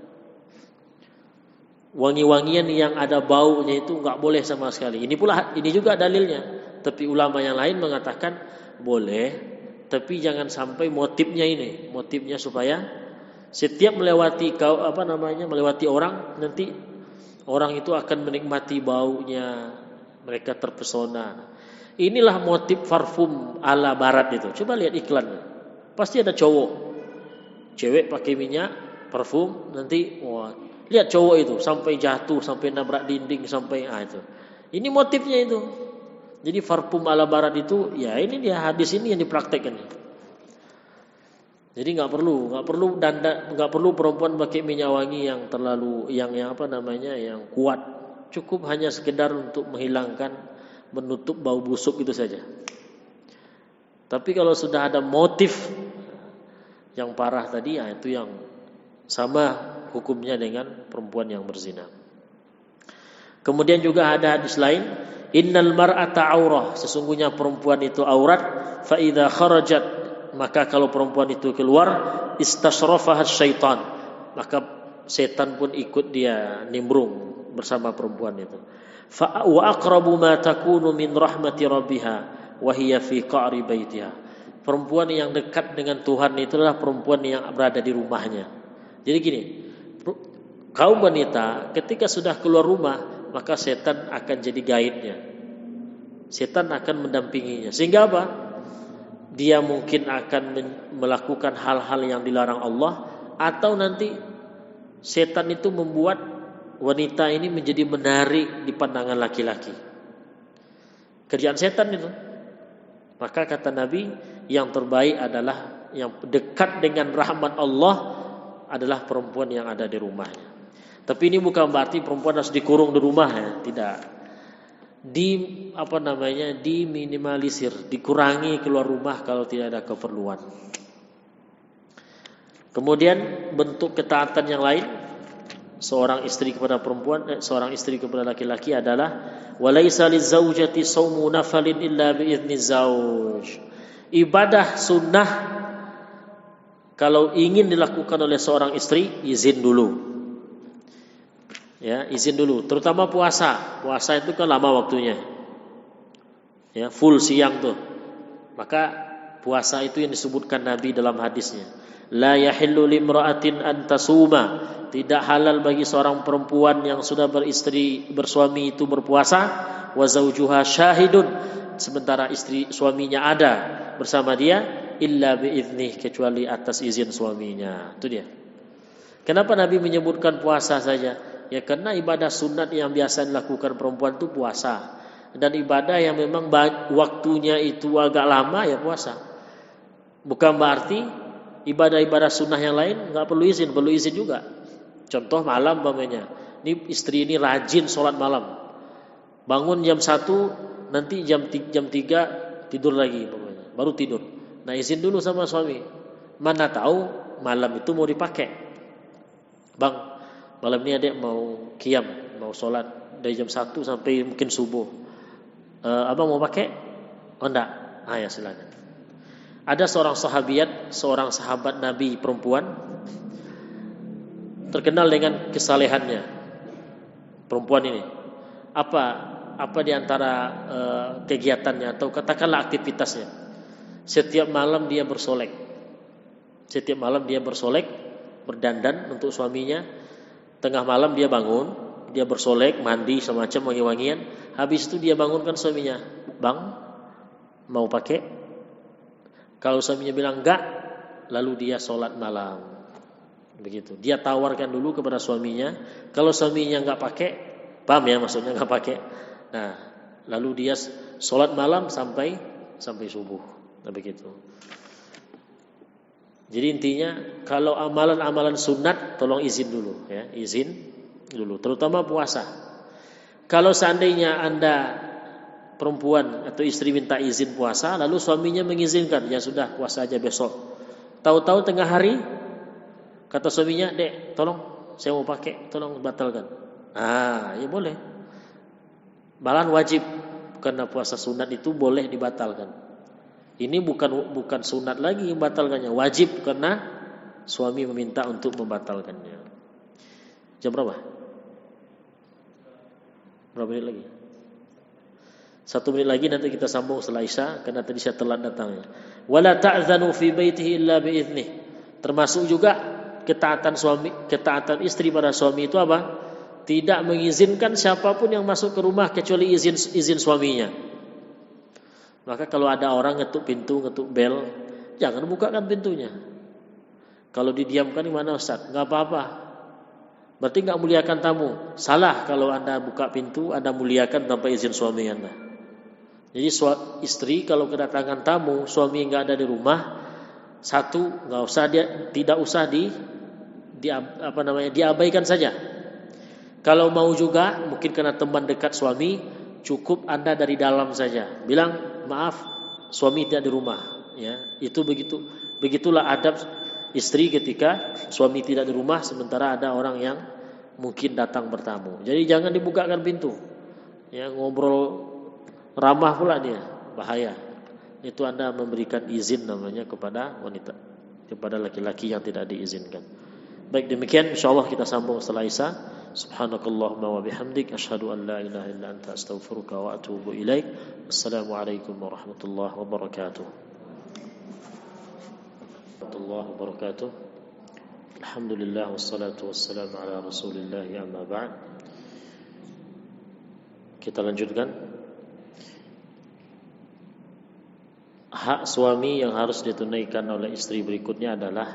Wangi-wangian yang ada baunya itu enggak boleh sama sekali. Ini juga dalilnya. Tapi ulama yang lain mengatakan boleh, tapi jangan sampai motifnya supaya setiap melewati orang, nanti orang itu akan menikmati baunya, mereka terpesona. Inilah motif parfum ala barat itu. Coba lihat iklannya. Pasti ada cewek pakai minyak parfum, nanti lihat cowok itu sampai jatuh, sampai nabrak dinding, sampai itu. Ini motifnya itu. Jadi parfum ala barat itu, ya ini dia hadis ini yang dipraktekkan. Jadi nggak perlu perempuan pakai minyak wangi yang terlalu yang kuat. Cukup hanya sekedar untuk menghilangkan, menutup bau busuk itu saja. Tapi kalau sudah ada motif yang parah tadi, ya itu yang sama hukumnya dengan perempuan yang berzina. Kemudian juga ada hadis lain, innal mar'ata aurah, sesungguhnya perempuan itu aurat, fa idza kharajat, maka kalau perempuan itu keluar, istasrafaha syaitan, maka setan pun ikut dia nimbrung bersama perempuan itu. Fa wa aqrabu ma takunu min rahmati rabbiha wa hiya fi qa'ri baitiha. Perempuan yang dekat dengan Tuhan itu adalah perempuan yang berada di rumahnya. Jadi gini, kaum wanita ketika sudah keluar rumah, maka setan akan jadi guide-nya. Setan akan mendampinginya. Sehingga apa? Dia mungkin akan melakukan hal-hal yang dilarang Allah, atau nanti setan itu membuat wanita ini menjadi menarik di pandangan laki-laki. Kerjaan setan itu. Maka kata Nabi, yang terbaik adalah yang dekat dengan rahmat Allah adalah perempuan yang ada di rumahnya. Tapi ini bukan berarti perempuan harus dikurung di rumah, ya, tidak. Diminimalisir, dikurangi keluar rumah kalau tidak ada keperluan. Kemudian bentuk ketaatan yang lain seorang istri kepada perempuan, seorang istri kepada laki-laki adalah walaisa lizaujati saumu nafalin illa biizni zauj. Ibadah sunnah kalau ingin dilakukan oleh seorang istri, izin dulu. Ya, izin dulu, terutama puasa. Puasa itu kan lama waktunya. Ya, full siang tuh. Maka puasa itu yang disebutkan Nabi dalam hadisnya. La yahillu limra'atin an tasuma. Tidak halal bagi seorang perempuan yang sudah bersuami itu berpuasa, wa zaujuha syahidun, sementara istri suaminya ada bersama dia, illa biiznih, kecuali atas izin suaminya. Itu dia. Kenapa Nabi menyebutkan puasa saja? Ya karena ibadah sunat yang biasa dilakukan perempuan itu puasa. Dan ibadah yang memang waktunya itu agak lama, ya puasa. Bukan berarti ibadah-ibadah sunnah yang lain nggak perlu izin, perlu izin juga. Contoh malam umpamanya, ini istri ini rajin sholat malam, bangun jam 1, nanti jam 3 tidur lagi umpamanya, baru tidur. Nah izin dulu sama suami, mana tahu malam itu mau dipakai. Bang, malam ini adik mau qiyam, mau sholat dari jam 1 sampai mungkin subuh. Abang mau pakai? Oh enggak? Ya silakan. Ada seorang sahabat Nabi perempuan, terkenal dengan kesalehannya. Perempuan ini apa di antara kegiatannya atau katakanlah aktivitasnya? Setiap malam dia bersolek. Berdandan untuk suaminya. Tengah malam dia bangun, dia bersolek, mandi semacam wangi-wangian. Habis itu dia bangunkan suaminya, "Bang, mau pakai?" Kalau suaminya bilang enggak, lalu dia sholat malam. Begitu. Dia tawarkan dulu kepada suaminya. Kalau suaminya enggak pakai, paham ya maksudnya enggak pakai. Nah, lalu dia sholat malam sampai subuh. Nah, begitu. Jadi intinya kalau amalan-amalan sunat tolong izin dulu, ya, izin dulu, terutama puasa. Kalau seandainya Anda perempuan atau istri minta izin puasa, lalu suaminya mengizinkan, ya sudah puasa aja besok. Tahu-tahu tengah hari kata suaminya, "Dek, tolong saya mau pakai, tolong batalkan." Ya boleh. Malahan wajib, karena puasa sunat itu boleh dibatalkan. Ini bukan sunat lagi membatalkannya, wajib karena suami meminta untuk membatalkannya. Jam berapa? Berapa menit lagi? 1 menit lagi nanti kita sambung setelah Isya, karena tadi saya telat datangnya. Wala ta'zanu fi baitihi illa biiznih. Termasuk juga ketaatan istri pada suami itu apa? Tidak mengizinkan siapapun yang masuk ke rumah kecuali izin suaminya. Maka kalau ada orang ngetuk pintu, ngetuk bel, jangan bukakan pintunya. Kalau didiamkan gimana Ustaz? Enggak apa-apa. Berarti enggak muliakan tamu. Salah kalau Anda buka pintu, Anda muliakan tanpa izin suami Anda. Jadi istri kalau kedatangan tamu, suami enggak ada di rumah, Satu, nggak usah tidak usah diabaikan saja. Kalau mau juga, mungkin karena teman dekat suami, cukup Anda dari dalam saja. Bilang, maaf, suami tidak di rumah. Ya, itu begitulah adab istri ketika suami tidak di rumah, sementara ada orang yang mungkin datang bertamu. Jadi jangan dibukakan pintu. Ya, ngobrol ramah pula dia, bahaya. Itu Anda memberikan izin namanya kepada wanita, kepada laki-laki yang tidak diizinkan. Baik, demikian insyaallah kita sambung setelah Isya. Subhanakallahumma wa bihamdik asyhadu an la ilaha illa anta astaghfiruka wa atubu ilaik. Assalamualaikum warahmatullahi wabarakatuh. Warahmatullahi wabarakatuh. Alhamdulillah wassalatu wassalamu ala Rasulillah amma ba'd. Kita lanjutkan. Hak suami yang harus ditunaikan oleh istri berikutnya adalah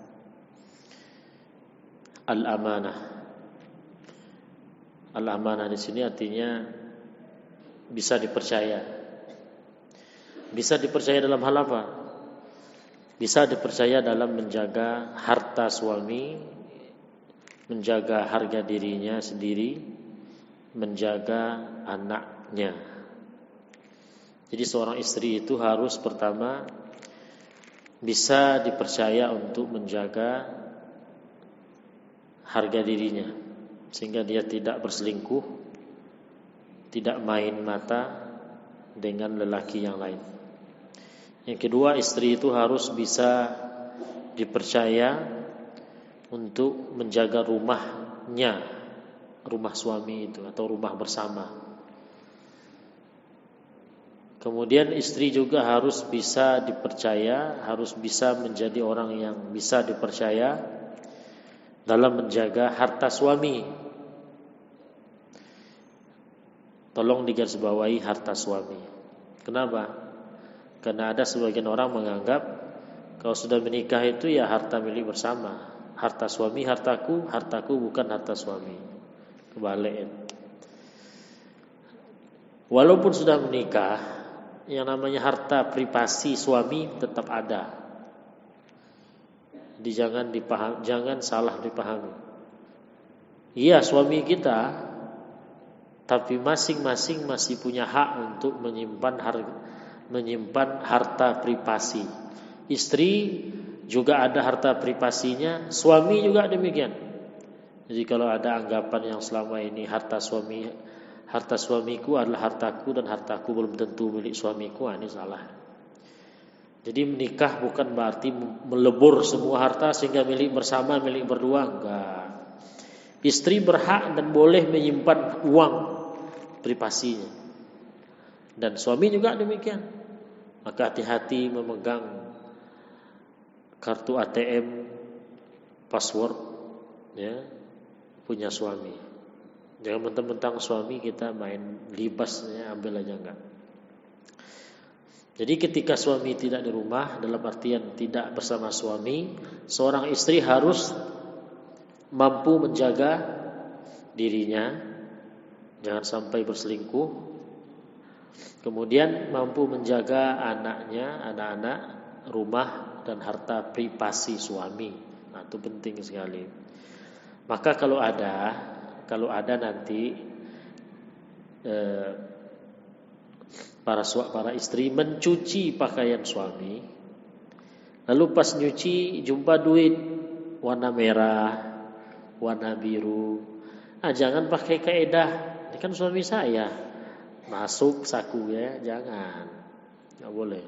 al-amanah. Al-amanah di sini artinya bisa dipercaya. Bisa dipercaya dalam hal apa? Bisa dipercaya dalam menjaga harta suami, menjaga harga dirinya sendiri, menjaga anaknya. Jadi seorang istri itu harus pertama bisa dipercaya untuk menjaga harga dirinya, sehingga dia tidak berselingkuh, tidak main mata dengan lelaki yang lain. Yang kedua, istri itu harus bisa dipercaya untuk menjaga rumahnya, rumah suami itu atau rumah bersama. Kemudian istri juga harus bisa dipercaya, harus bisa menjadi orang yang bisa dipercaya dalam menjaga harta suami. Tolong digarisbawahi harta suami. Kenapa? Karena ada sebagian orang menganggap kalau sudah menikah itu ya harta milik bersama. Harta suami hartaku, hartaku bukan harta suami. Kebalik. Walaupun sudah menikah, yang namanya harta privasi suami tetap ada. Jadi jangan salah dipahami. Iya, suami kita, tapi masing-masing masih punya hak untuk menyimpan harta privasi. Istri juga ada harta privasinya, suami juga demikian. Jadi kalau ada anggapan yang selama ini harta suamiku adalah hartaku dan hartaku belum tentu milik suamiku, ini salah. Jadi menikah bukan berarti melebur semua harta sehingga milik bersama, milik berdua, enggak. Istri berhak dan boleh menyimpan uang privasinya. Dan suami juga demikian. Maka hati-hati memegang kartu ATM password ya, punya suami. Jangan mentang-mentang suami kita main libasnya ambil aja, enggak. Jadi ketika suami tidak di rumah, dalam artian tidak bersama suami, seorang istri harus mampu menjaga dirinya, jangan sampai berselingkuh. Kemudian mampu menjaga anak-anak, rumah dan harta privasi suami. Nah, itu penting sekali. Maka kalau ada nanti para istri mencuci pakaian suami, lalu pas nyuci jumpa duit warna merah, warna biru, jangan pakai kaedah, ini kan suami saya, masuk saku ya, jangan, nggak boleh.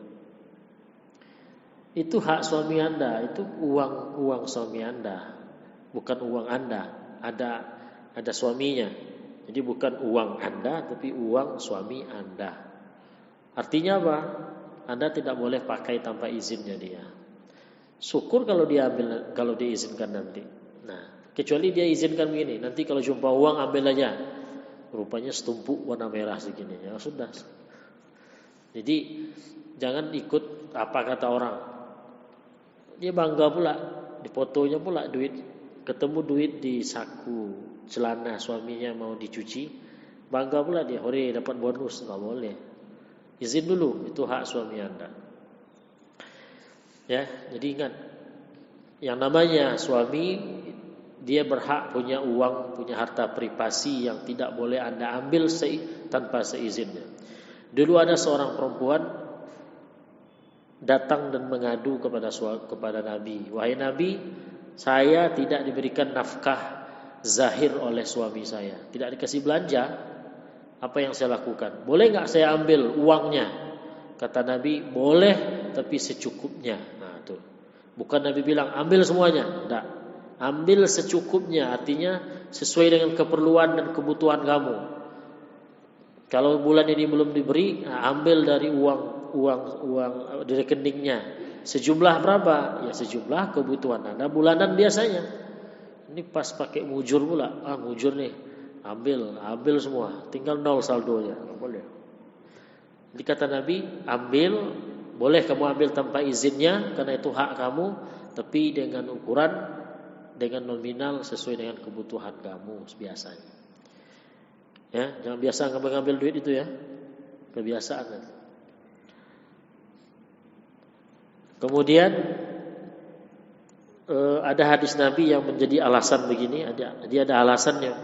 Itu hak suami Anda, itu uang suami Anda, bukan uang Anda. Ada suaminya. Jadi bukan uang Anda, tapi uang suami Anda. Artinya apa? Anda tidak boleh pakai tanpa izinnya dia. Syukur kalau diizinkan nanti. Nah, kecuali dia izinkan begini, nanti kalau jumpa uang ambil aja. Rupanya setumpuk warna merah segini. Ya sudah. Jadi jangan ikut apa kata orang. Dia bangga pula, di fotonya pula ketemu duit di saku celana suaminya mau dicuci, bangga pula dia, hore dapat bonus. Enggak boleh. Izin dulu, itu hak suami Anda. Ya, jadi ingat, yang namanya suami dia berhak punya uang, punya harta privasi yang tidak boleh Anda ambil tanpa seizinnya. Dulu ada seorang perempuan datang dan mengadu kepada Nabi, "Wahai Nabi, saya tidak diberikan nafkah zahir oleh suami saya, tidak dikasih belanja. Apa yang saya lakukan? Boleh nggak saya ambil uangnya?" Kata Nabi, "Boleh, tapi secukupnya." Nah, tuh. Bukan Nabi bilang ambil semuanya, enggak. Ambil secukupnya, artinya sesuai dengan keperluan dan kebutuhan kamu. Kalau bulan ini belum diberi, ambil dari uang di rekeningnya. Sejumlah berapa? Ya sejumlah kebutuhan Anda bulanan biasanya. Ini pas pakai mujur pula. Mujur nih. Ambil semua. Tinggal 0 saldonya. Boleh. Jadi kata Nabi, ambil, boleh kamu ambil tanpa izinnya karena itu hak kamu, tapi dengan ukuran, dengan nominal sesuai dengan kebutuhan kamu biasanya. Ya, jangan biasa ngambil duit itu ya. Kebiasaan. Kemudian ada hadis Nabi yang menjadi alasan begini, dia ada alasannya.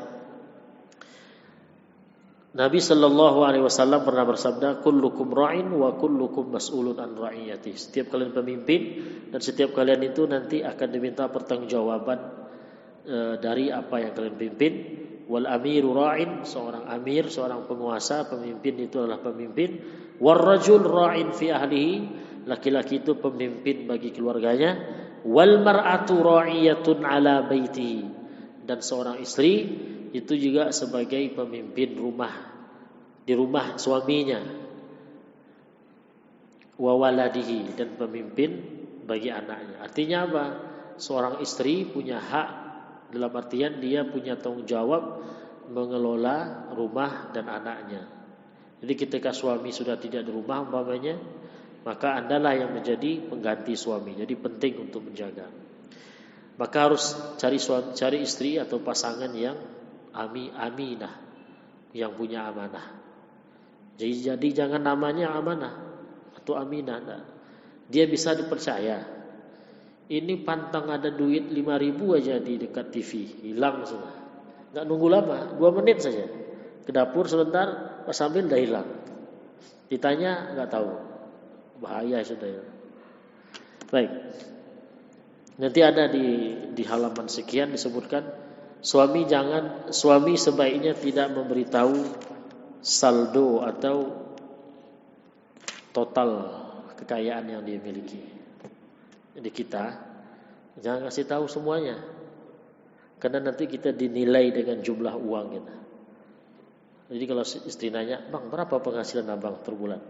Nabi sallallahu alaihi wasallam pernah bersabda, "Kullukum ra'in wa kullukum mas'ulun an ra'iyati." Setiap kalian pemimpin dan setiap kalian itu nanti akan diminta pertanggungjawaban dari apa yang kalian pimpin. Wal amiru ra'in, seorang amir, seorang penguasa, pemimpin itu adalah pemimpin. War rajul ra'in fi ahlihi, laki-laki itu pemimpin bagi keluarganya. Wal mar'atu ra'iyatun ala baitihi, dan seorang istri itu juga sebagai pemimpin rumah di rumah suaminya. Wa waladihi, dan pemimpin bagi anaknya. Artinya apa? Seorang istri punya hak, dalam artian dia punya tanggung jawab mengelola rumah dan anaknya. Jadi ketika suami sudah tidak di rumah umpamanya, maka andalah yang menjadi pengganti suami. Jadi penting untuk menjaga. Maka harus cari istri atau pasangan yang aminah, yang punya amanah. Jadi jangan namanya amanah atau aminah. Nah, dia bisa dipercaya. Ini pantang ada duit 5.000 aja di dekat TV, hilang semua. Nggak nunggu lama, 2 menit saja. Ke dapur sebentar, pas ambil dah hilang. Ditanya nggak tahu, bahaya sudah ya. Baik. Nanti ada di halaman sekian disebutkan suami sebaiknya tidak memberitahu saldo atau total kekayaan yang dia miliki. Jadi kita jangan kasih tahu semuanya, karena nanti kita dinilai dengan jumlah uang kita. Jadi kalau istri nanya, "Bang, berapa penghasilan abang per bulan?"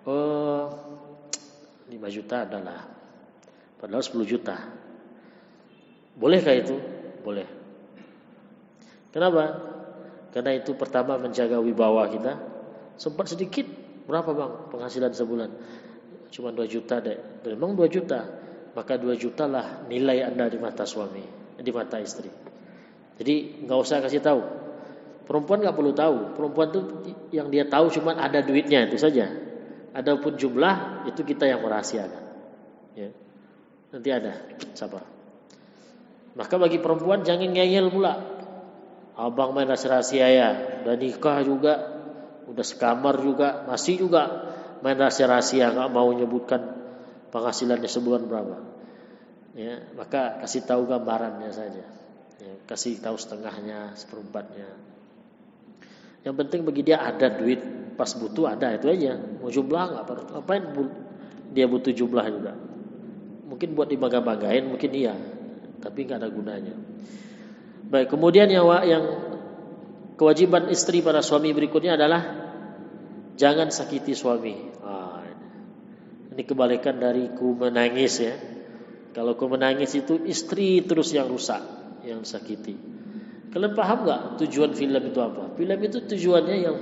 5 juta adalah, padahal 10 juta. Bolehkah itu? Boleh. Kenapa? Karena itu pertama menjaga wibawa kita. Sempat sedikit, berapa bang penghasilan sebulan? Cuma 2 juta deh. Memang 2 juta. Maka 2 juta lah nilai Anda di mata suami, di mata istri. Jadi nggak usah kasih tahu. Perempuan nggak perlu tahu. Perempuan itu yang dia tahu cuma ada duitnya itu saja. Adapun jumlah itu kita yang merahasiakan. Ya. Nanti ada, sabar. Maka bagi perempuan jangan ngeyel pula. Abang main rahasia ya, udah nikah juga, udah sekamar juga, masih juga main rahasia, nggak mau menyebutkan penghasilannya sebulan berapa. Ya, maka kasih tahu gambarannya saja. Ya, kasih tahu setengahnya, seperempatnya. Yang penting bagi dia ada duit, pas butuh ada, itu aja. Mau jumlah nggak perlu. Ngapain dia butuh jumlah juga? Mungkin buat dibangga-banggain, mungkin iya, tapi nggak ada gunanya. Baik, kemudian yang kewajiban istri pada suami berikutnya adalah jangan sakiti suami. Ini kebalikan dari ku menangis ya. Kalau ku menangis itu istri terus yang rusak, yang sakiti. Kalian paham nggak tujuan film itu apa? Film itu tujuannya yang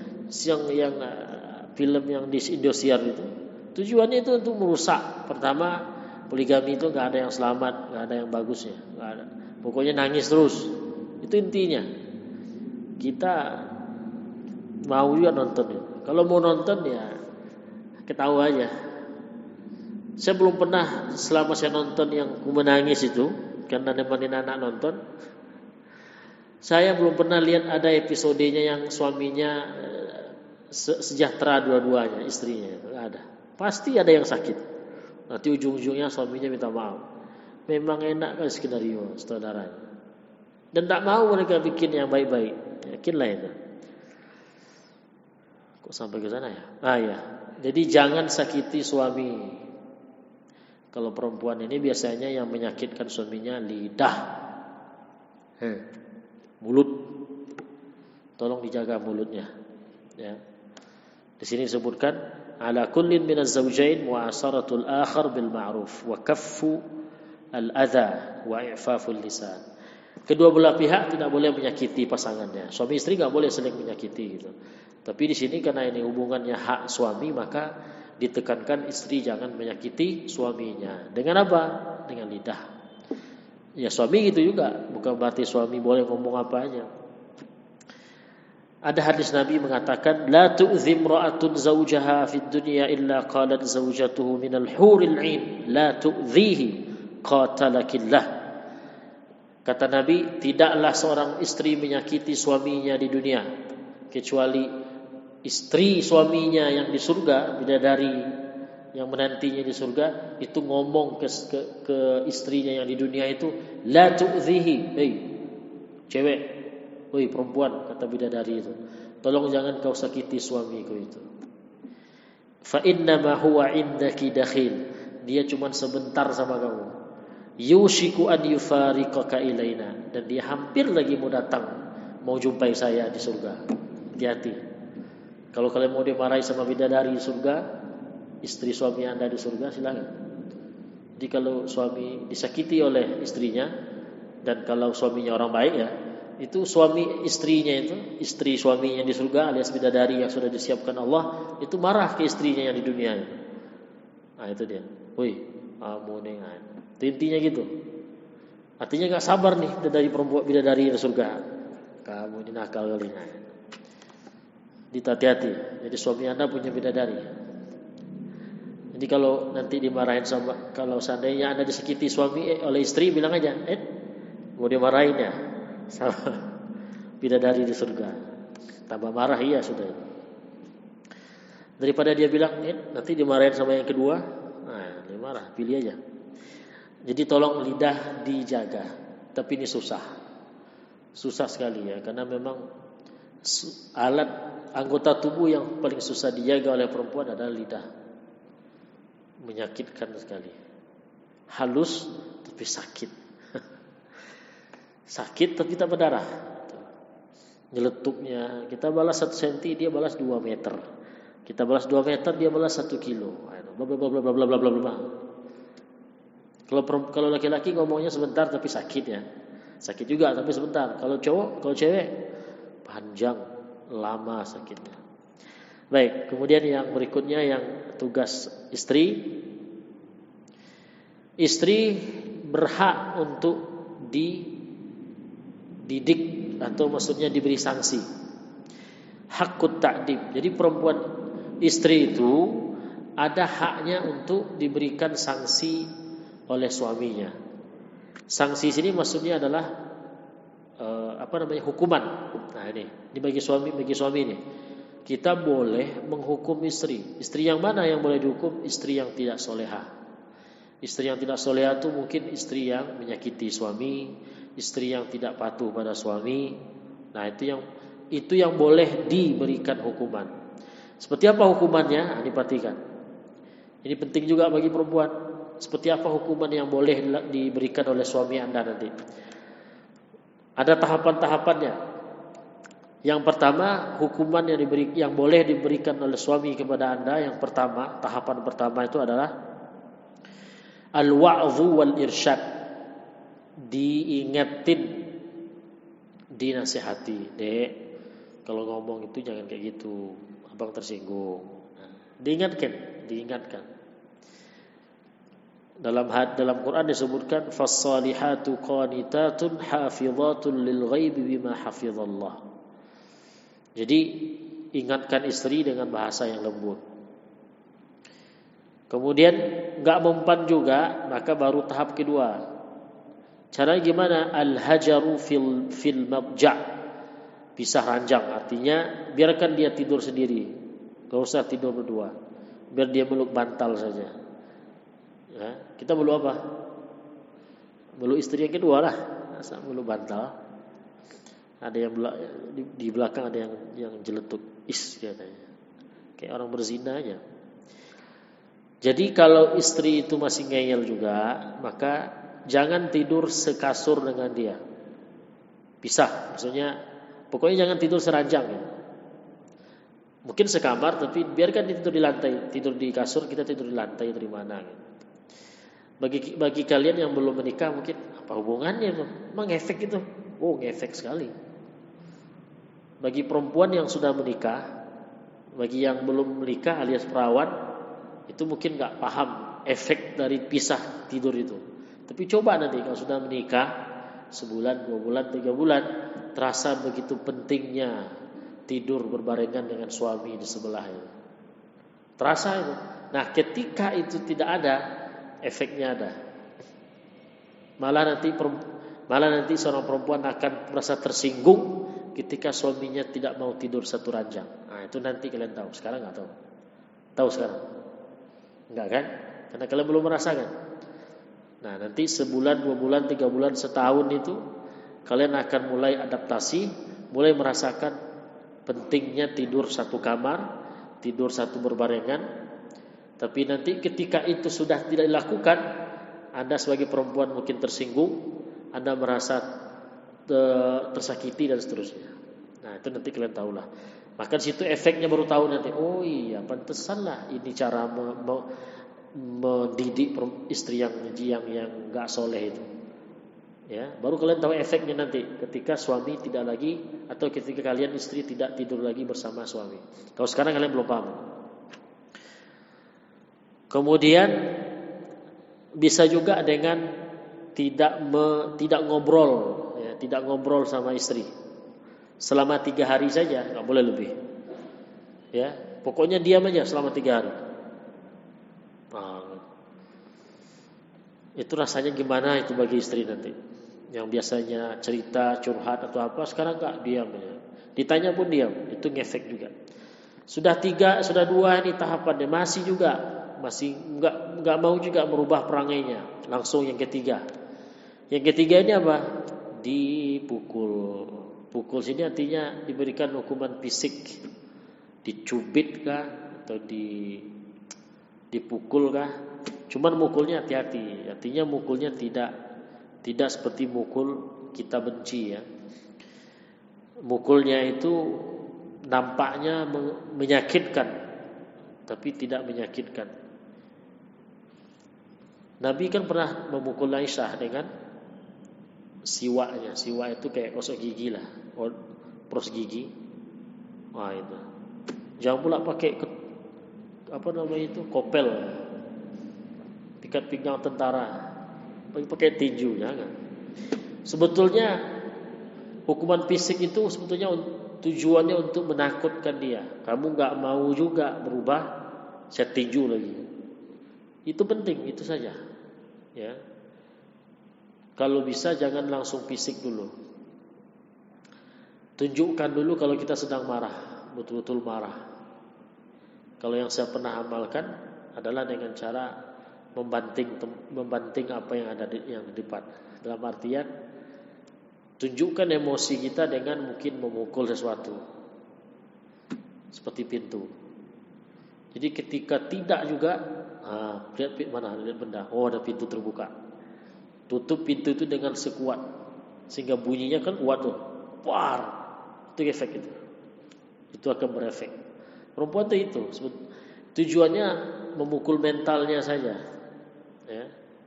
film yang di Indosiar itu. Tujuannya itu untuk merusak. Pertama, poligami itu nggak ada yang selamat, nggak ada yang bagusnya, nggak ada. Pokoknya nangis terus. Itu intinya. Kita mau juga nonton itu. Kalau mau nonton ya ketawa aja. Saya belum pernah selama saya nonton yang ku menangis itu karena nemenin anak nonton. Saya belum pernah lihat ada episodenya yang suaminya sejahtera dua-duanya, istrinya itu ada. Pasti ada yang sakit. Nanti ujung-ujungnya suaminya minta maaf. Memang enak kan skenario saudaranya. Dan tak mau mereka bikin yang baik-baik. Yakinlah itu. Kok sampai ke sana ya? Ya. Jadi jangan sakiti suami. Kalau perempuan ini biasanya yang menyakitkan suaminya lidah, mulut. Tolong dijaga mulutnya. Ya. Di sini disebutkan ala kullin minaz zawjain mu'asaratul akhar bil ma'ruf wa kaffu al-adha wa i'faful lisan. Kedua belah pihak tidak boleh menyakiti pasangannya. Suami istri enggak boleh saling menyakiti gitu. Tapi di sini karena ini hubungannya hak suami, maka ditekankan istri jangan menyakiti suaminya. Dengan apa? Dengan lidah. Ya suami gitu juga, bukan berarti suami boleh ngomong apa aja. Ada hadis Nabi mengatakan, la tu'dhim ra'atun zawjaha fid dunya illa qalat zawjatuhu minal huril 'ain, la tu'dhihi qatalakillah. Kata Nabi, tidaklah seorang istri menyakiti suaminya di dunia kecuali istri suaminya yang di surga, bidadari yang menantinya di surga itu ngomong ke istrinya yang di dunia itu, la tu'dhihi, hei cewek, woi perempuan, kata bidadari itu, tolong jangan kau sakiti suamiku itu. Fa inna ma huwa indaki dakhil, dia cuma sebentar sama kamu. Yushiku an yufariqaka ilaina, dan dia hampir lagi mau datang, mau jumpai saya di surga. Hati-hati. Kalau kalian mau dimarahi sama bidadari di surga, istri suami Anda di surga, silakan. Jadi kalau suami disakiti oleh istrinya, dan kalau suaminya orang baik ya, itu suami istrinya itu, istri suaminya di surga alias bidadari yang sudah disiapkan Allah, itu marah ke istrinya yang di dunia itu. Nah itu dia. Woi, kamu nih, intinya gitu. Artinya gak sabar nih dari perempuan bidadari di surga. Kamu ini nakal kali. Hati-hati. Jadi suami Anda punya bidadari. Jadi kalau nanti dimarahin sama, kalau seandainya Anda disakiti suami oleh istri, bilang aja, mau dimarahin ya sama bidadari di surga. Tambah marah iya sudah. Daripada dia bilang, nanti dimarahin sama yang kedua, dia marah, pilih aja. Jadi tolong lidah dijaga. Tapi ini susah sekali ya, karena memang alat anggota tubuh yang paling susah dijaga oleh perempuan adalah lidah. Menyakitkan sekali. Halus tapi sakit. Sakit tapi tak berdarah. Nyeletuknya, kita balas 1 cm, dia balas 2 meter. Kita balas 2 meter, dia balas 1 kilo. Bla bla bla bla bla bla bla. Kalau laki-laki ngomongnya sebentar tapi sakit ya. Sakit juga tapi sebentar. Kalau cewek panjang, lama sakitnya. Baik, kemudian yang berikutnya yang tugas istri. Istri berhak untuk dididik atau maksudnya diberi sanksi. Hakut ta'dib. Jadi perempuan istri itu ada haknya untuk diberikan sanksi oleh suaminya. Sanksi sini maksudnya adalah hukuman. Nah ini bagi suami ini. Kita boleh menghukum istri. Istri yang mana yang boleh dihukum? Istri yang tidak solehah. Istri yang tidak solehah itu mungkin istri yang menyakiti suami, istri yang tidak patuh pada suami. Nah itu yang boleh diberikan hukuman. Seperti apa hukumannya? Ini perhatikan. Ini penting juga bagi perempuan. Seperti apa hukuman yang boleh diberikan oleh suami Anda nanti? Ada tahapan-tahapannya. Yang pertama, hukuman yang boleh diberikan oleh suami kepada Anda, yang pertama, tahapan pertama itu adalah al-wa'dhu wal irsyad. Diingetin, dinasihati. Dek, kalau ngomong itu jangan kayak gitu, abang tersinggung. Diingatkan. Dalam Quran disebutkan fas-salihatu qanitatun hafizatun lil ghaibi bima hafizallah. Jadi ingatkan istri dengan bahasa yang lembut. Kemudian nggak mempan juga, maka baru tahap kedua. Caranya gimana? Al-hajaru fil mabja'. Pisah ranjang, artinya biarkan dia tidur sendiri. Gak usah tidur berdua. Biar dia meluk bantal saja. Ya, kita meluk apa? Meluk istri yang kedua lah. Masa meluk bantal? Ada yang di belakang ada yang jeletuk katanya. Kayak orang berzina aja. Jadi kalau istri itu masih ngeyel juga, maka jangan tidur sekasur dengan dia. Pisah, maksudnya pokoknya jangan tidur seranjang ya. Mungkin sekamar tapi biarkan dia tidur di lantai, tidur di kasur, kita tidur di lantai dari mana gitu. Bagi kalian yang belum menikah mungkin apa hubungannya? Emang ngefek itu? Oh, ngefek sekali. Bagi perempuan yang sudah menikah, bagi yang belum menikah alias perawan, itu mungkin nggak paham efek dari pisah tidur itu. Tapi coba nanti kalau sudah menikah, sebulan, 2 bulan, 3 bulan, terasa begitu pentingnya tidur berbarengan dengan suami di sebelah itu. Terasa itu. Nah, ketika itu tidak ada, efeknya ada. Malah nanti seorang perempuan akan merasa tersinggung ketika suaminya tidak mau tidur satu ranjang. Nah, itu nanti kalian tahu. Sekarang nggak tahu. Tahu sekarang? Enggak kan? Karena kalian belum merasakan. Nah, nanti sebulan, 2 bulan, 3 bulan, setahun itu kalian akan mulai adaptasi, mulai merasakan pentingnya tidur satu kamar, tidur satu berbarengan. Tapi nanti ketika itu sudah tidak dilakukan, Anda sebagai perempuan mungkin tersinggung, Anda merasa tersakiti dan seterusnya. Nah, itu nanti kalian tahulah. Maka situ efeknya baru tahu nanti. Oh iya, pantesan lah ini cara mendidik istri yang enggak soleh itu. Ya, baru kalian tahu efeknya nanti ketika suami tidak lagi atau ketika kalian istri tidak tidur lagi bersama suami. Kalau sekarang kalian belum paham. Kemudian bisa juga dengan tidak ngobrol, ya, tidak ngobrol sama istri. Selama 3 hari saja, nggak boleh lebih. Ya, pokoknya diam aja selama 3 hari. Nah, itu rasanya gimana itu bagi istri nanti? Yang biasanya cerita, curhat atau apa, sekarang nggak, diam aja. Ditanya pun diam, itu ngefek juga. Sudah 2 ini tahapannya, masih nggak mau juga merubah perangainya. Langsung yang ketiga. Yang ketiga ini apa? Dipukul. Pukul sini artinya diberikan hukuman fisik, dicubit kah atau dipukul kah? Cuman mukulnya hati-hati, artinya mukulnya tidak seperti mukul kita benci ya. Mukulnya itu nampaknya menyakitkan, tapi tidak menyakitkan. Nabi kan pernah memukul Aisyah dengan siwaknya. Siwak itu kayak gosok gigi lah, peros gigi. Wah itu. Jangan pula pakai kopel, ikat pinggang tentara, pakai tinju, jangan. Sebetulnya hukuman fisik itu sebetulnya tujuannya untuk menakutkan dia. Kamu nggak mau juga berubah, saya tinju lagi. Itu penting, itu saja. Ya. Kalau bisa jangan langsung fisik dulu. Tunjukkan dulu kalau kita sedang marah, betul-betul marah. Kalau yang saya pernah amalkan adalah dengan cara membanting apa yang ada yang di depan. Dalam artian tunjukkan emosi kita dengan mungkin memukul sesuatu. Seperti pintu. Jadi ketika tidak juga, lihat benda. Oh, ada pintu terbuka. Tutup pintu itu dengan sekuat sehingga bunyinya kan kuat tuh. War. Itu efek itu. Itu akan berefek. Perempuan itu tujuannya memukul mentalnya saja. Ya.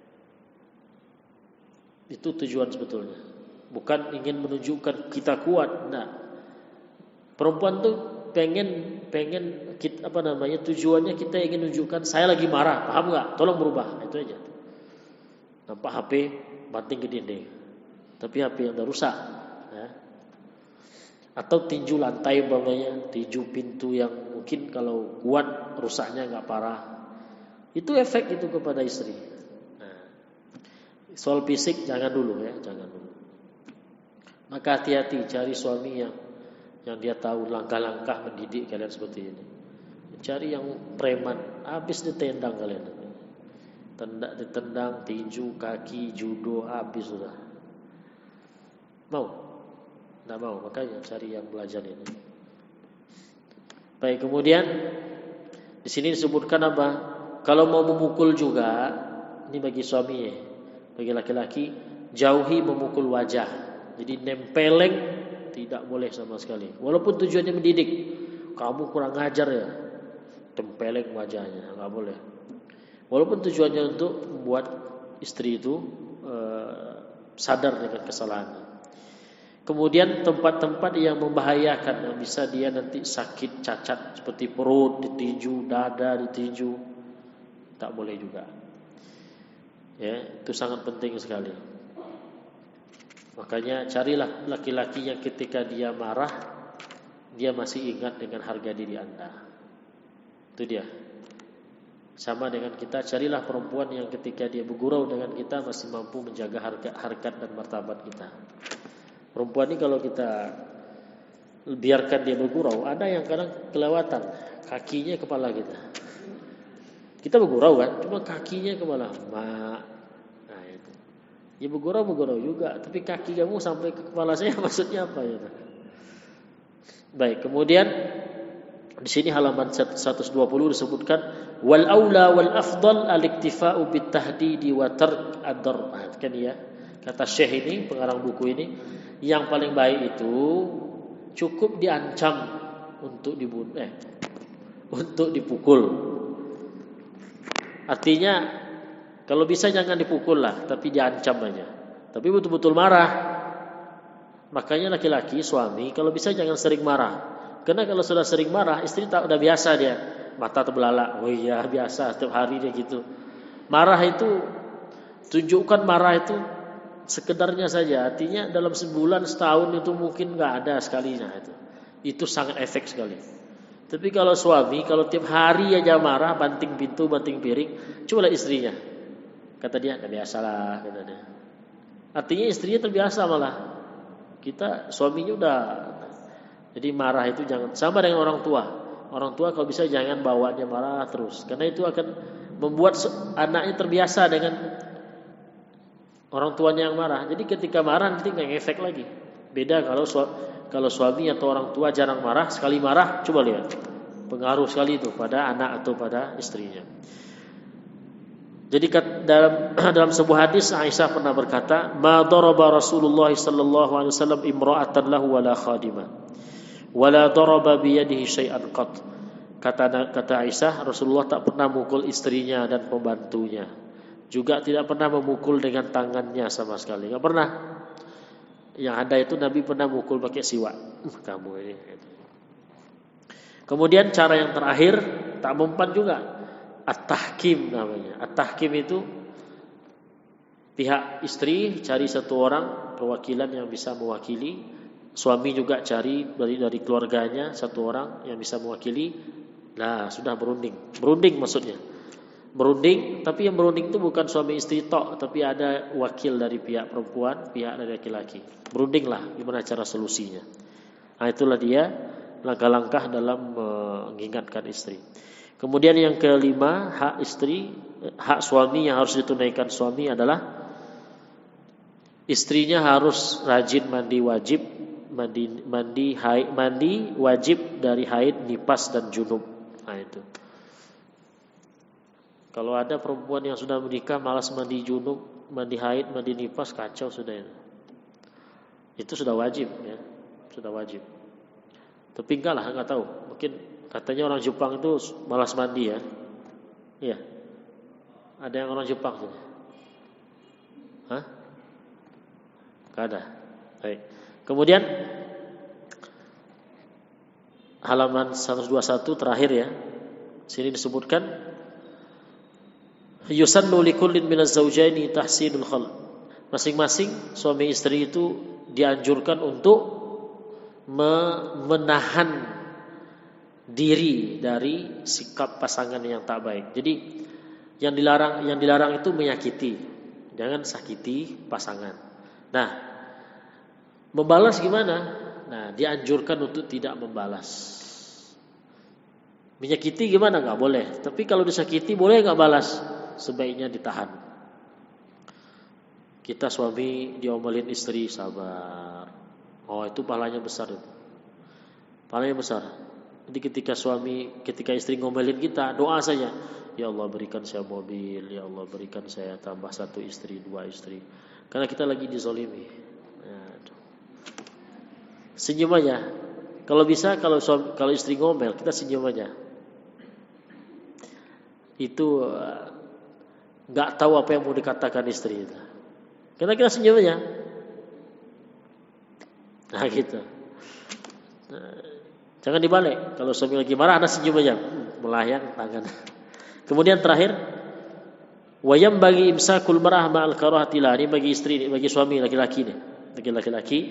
Itu tujuan sebetulnya. Bukan ingin menunjukkan kita kuat, enggak. Perempuan tuh pengen tujuannya kita ingin menunjukkan saya lagi marah, paham enggak? Tolong berubah, itu aja. Nampak HP banting ke dinding, tapi HP yang udah rusak, ya. Atau tinju lantai umpamanya, tinju pintu yang mungkin kalau kuat rusaknya nggak parah, Itu efek itu kepada istri. Nah, soal fisik jangan dulu ya, jangan dulu. Maka hati-hati cari suami yang dia tahu langkah-langkah mendidik kalian seperti ini. Cari yang preman, habis ditendang kalian. Ditendang, tinju, kaki, judo, habis sudah. Mau? Tidak mau, makanya cari yang belajar ini. Baik, kemudian di sini disebutkan apa? Kalau mau memukul juga, ini bagi suami, bagi laki-laki, jauhi memukul wajah. Jadi nempeleng tidak boleh sama sekali. Walaupun tujuannya mendidik, kamu kurang ajar ya, tempeleng wajahnya, nggak boleh. Walaupun tujuannya untuk membuat istri itu sadar dengan kesalahannya. Kemudian tempat-tempat yang membahayakan, yang bisa dia nanti sakit, cacat seperti perut ditinju, dada ditinju, tak boleh juga. Ya, itu sangat penting sekali. Makanya carilah laki-laki yang ketika dia marah, dia masih ingat dengan harga diri Anda. Itu dia. Sama dengan kita, carilah perempuan yang ketika dia bergurau dengan kita masih mampu menjaga harkat dan martabat kita. Perempuan ini kalau kita biarkan dia bergurau, ada yang kadang kelewatan kakinya kepala kita. Kita bergurau kan, cuma kakinya kepala. Nah itu. Ya bergurau juga, tapi kaki kamu sampai ke kepala saya maksudnya apa ya? Baik, kemudian di sini halaman 120 disebutkan wal aula wal afdal al-iktifa'u bit tahdidi wa tark ad-darb. Kan ya. Kata Syekh ini, pengarang buku ini, yang paling baik itu cukup diancam untuk dibunuh, untuk dipukul. Artinya kalau bisa jangan dipukul lah, tapi diancam aja. Tapi betul-betul marah. Makanya laki-laki, suami, kalau bisa jangan sering marah. Karena kalau sudah sering marah, istri tak udah biasa dia, mata terbelalak. Oh iya biasa, setiap hari dia gitu. Marah itu, tunjukkan marah itu sekedarnya saja. Artinya dalam sebulan, setahun itu mungkin nggak ada sekalinya itu. Itu sangat efek sekali. Tapi kalau suami, kalau tiap hari aja marah, banting pintu, banting piring, cobalah istrinya. Kata dia, nggak biasalah, kata dia. Artinya istrinya terbiasa malah. Kita suaminya udah. Jadi marah itu jangan, sama dengan orang tua. Orang tua kalau bisa jangan bawanya marah terus, karena itu akan membuat anaknya terbiasa dengan orang tuanya yang marah. Jadi ketika marah nanti nggak ngefek lagi. Beda kalau suami atau orang tua jarang marah, sekali marah, coba lihat pengaruh sekali itu pada anak atau pada istrinya. Jadi dalam sebuah hadis Aisyah pernah berkata, "Ma daraba Rasulullah sallallahu alaihi wasallam imra'atan lahu wala khadimah, wala daraba bi yadihi syai'an qat." Kata Aisyah, Rasulullah tak pernah mukul istrinya dan pembantunya. Juga tidak pernah memukul dengan tangannya sama sekali. Enggak pernah. Yang ada itu Nabi pernah mukul pakai siwak. Kamu ini. Kemudian cara yang terakhir, tak mempan juga. At-tahkim namanya. At-tahkim itu pihak istri cari satu orang perwakilan yang bisa mewakili, suami juga cari dari keluarganya satu orang yang bisa mewakili. Nah, sudah berunding. Berunding maksudnya. Berunding, tapi yang berunding itu bukan suami istri tok, tapi ada wakil dari pihak perempuan, pihak dari laki-laki. Berundinglah gimana cara solusinya. Nah, itulah dia langkah-langkah dalam mengingatkan istri. Kemudian yang kelima, hak istri, hak suami yang harus ditunaikan suami adalah istrinya harus rajin mandi wajib, mandi wajib dari haid, nifas dan junub. Nah itu. Kalau ada perempuan yang sudah menikah malas mandi junub, mandi haid, mandi nifas, kacau sudah itu. Itu sudah wajib ya, sudah wajib. Tapi enggak tahu. Mungkin katanya orang Jepang itu malas mandi ya. Iya. Ada yang orang Jepang tuh. Hah? Enggak ada. Baik. Kemudian halaman 121 terakhir ya. Sini disebutkan yusannu likullin minaz zawjaini tahsinul khalq. Masing-masing suami istri itu dianjurkan untuk menahan diri dari sikap pasangan yang tak baik. Jadi Yang dilarang itu menyakiti. Jangan sakiti pasangan. Nah, membalas gimana? Nah, dianjurkan untuk tidak membalas. Menyakiti gimana? Nggak boleh. Tapi kalau disakiti boleh nggak balas? Sebaiknya ditahan. Kita suami diomelin istri, sabar. Oh, itu pahalanya besar itu. Pahalanya besar. Jadi ketika istri ngomelin kita, doa saja. Ya Allah berikan saya mobil, ya Allah berikan saya tambah 1 istri, 2 istri. Karena kita lagi dizolimi. Senyum aja. Kalau bisa, kalau istri ngomel, kita senyum aja. Itu nggak tahu apa yang mau dikatakan istri itu. Karena kita senyum aja. Nah gitu. Jangan dibalik. Kalau suami lagi marah, anda senyum aja, melayang tangan. Kemudian terakhir, wayam bagi imsakul marah ma'al karahatillah. Ini bagi istri, bagi suami laki-laki nih. Bagi laki-laki,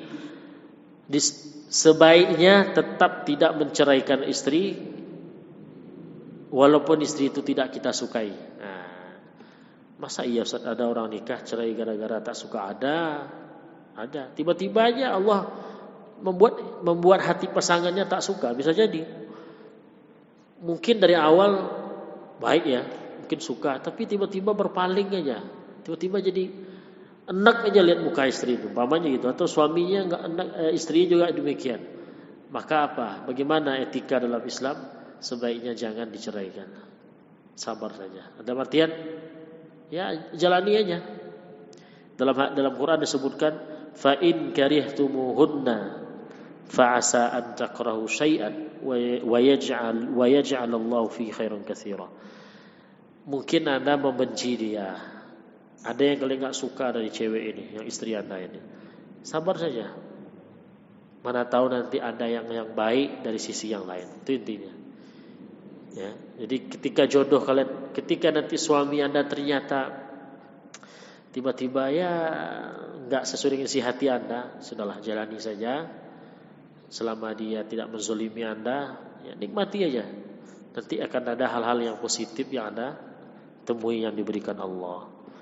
sebaiknya tetap tidak menceraikan istri, walaupun istri itu tidak kita sukai. Nah, masa iya Ustaz ada orang nikah cerai gara-gara tak suka? Ada. Tiba-tiba aja Allah membuat hati pasangannya tak suka. Bisa jadi. Mungkin dari awal baik ya, mungkin suka, tapi tiba-tiba berpaling aja. Tiba-tiba jadi enak aja lihat muka istri itu, umpamanya gitu. Atau suaminya enggak enak, istrinya juga demikian. Maka apa? Bagaimana etika dalam Islam? Sebaiknya jangan diceraikan. Sabar saja. Ada artian ya jalani aja. Dalam Quran disebutkan fa in karihtumuhunna fa asa an takrahu syai'an wa yaj'al Allah fi khairan katsira. Mungkin Anda membenci dia. Ada yang kalian enggak suka dari cewek ini, yang istri Anda ini. Sabar saja. Mana tahu nanti ada yang baik dari sisi yang lain. Itu intinya. Ya, jadi ketika jodoh kalian, ketika nanti suami Anda ternyata tiba-tiba ya enggak sesuai dengan isi hati Anda, sudahlah jalani saja. Selama dia tidak menzolimi Anda, ya nikmati aja. Nanti akan ada hal-hal yang positif yang Anda temui yang diberikan Allah.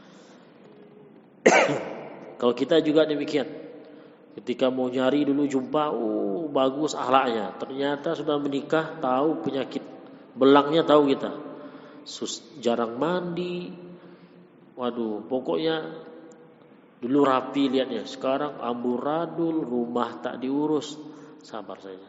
Kalau kita juga demikian. Ketika mau nyari dulu jumpa, bagus akhlaknya. Ternyata sudah menikah, tahu penyakit belangnya tahu kita. Jarang mandi. Waduh, pokoknya dulu rapi lihatnya. Sekarang amburadul, rumah tak diurus. Sabar saja.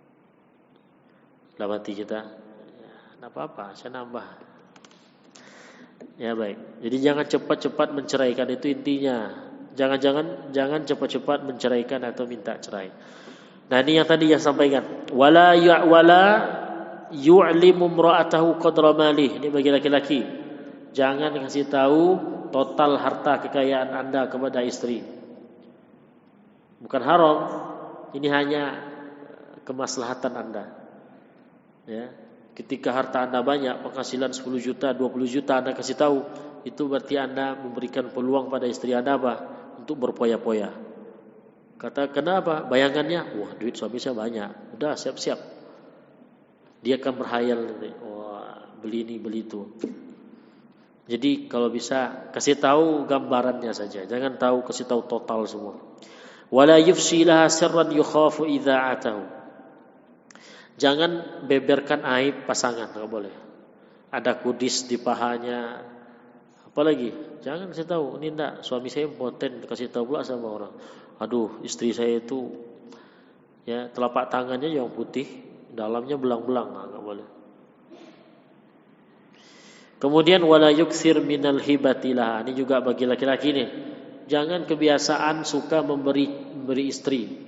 Dalam hati kita, ya, enggak apa-apa, saya nambah. Ya baik. Jadi jangan cepat-cepat menceraikan, itu intinya. Jangan cepat-cepat menceraikan atau minta cerai. Nah, ini yang tadi yang sampaikan. Wala yu'limu imra'atahu qadra malih. Ini bagi laki-laki. Jangan kasih tahu total harta kekayaan Anda kepada istri. Bukan haram. Ini hanya kemaslahatan Anda. Ya. Ketika harta Anda banyak, penghasilan 10 juta, 20 juta Anda kasih tahu, itu berarti Anda memberikan peluang pada istri Anda apa? Untuk berpoya-poya. Kata kenapa? Bayangannya, wah duit suami saya banyak. Udah siap-siap. Dia akan berhayal, wah beli ini beli itu. Jadi kalau bisa kasih tahu gambarannya saja, jangan kasih tahu total semua. Wala yufshi laha sirran yukhafu idza'atahu. Jangan beberkan aib pasangan, enggak boleh. Ada kudis di pahanya. Apalagi, jangan kasih tahu, ini enggak, suami saya impoten, kasih tahu pula sama orang. Aduh, istri saya itu ya telapak tangannya yang putih, dalamnya belang-belang, enggak boleh. Kemudian wala yukthir minal hibatilah. Ini juga bagi laki-laki nih. Jangan kebiasaan suka memberi istri.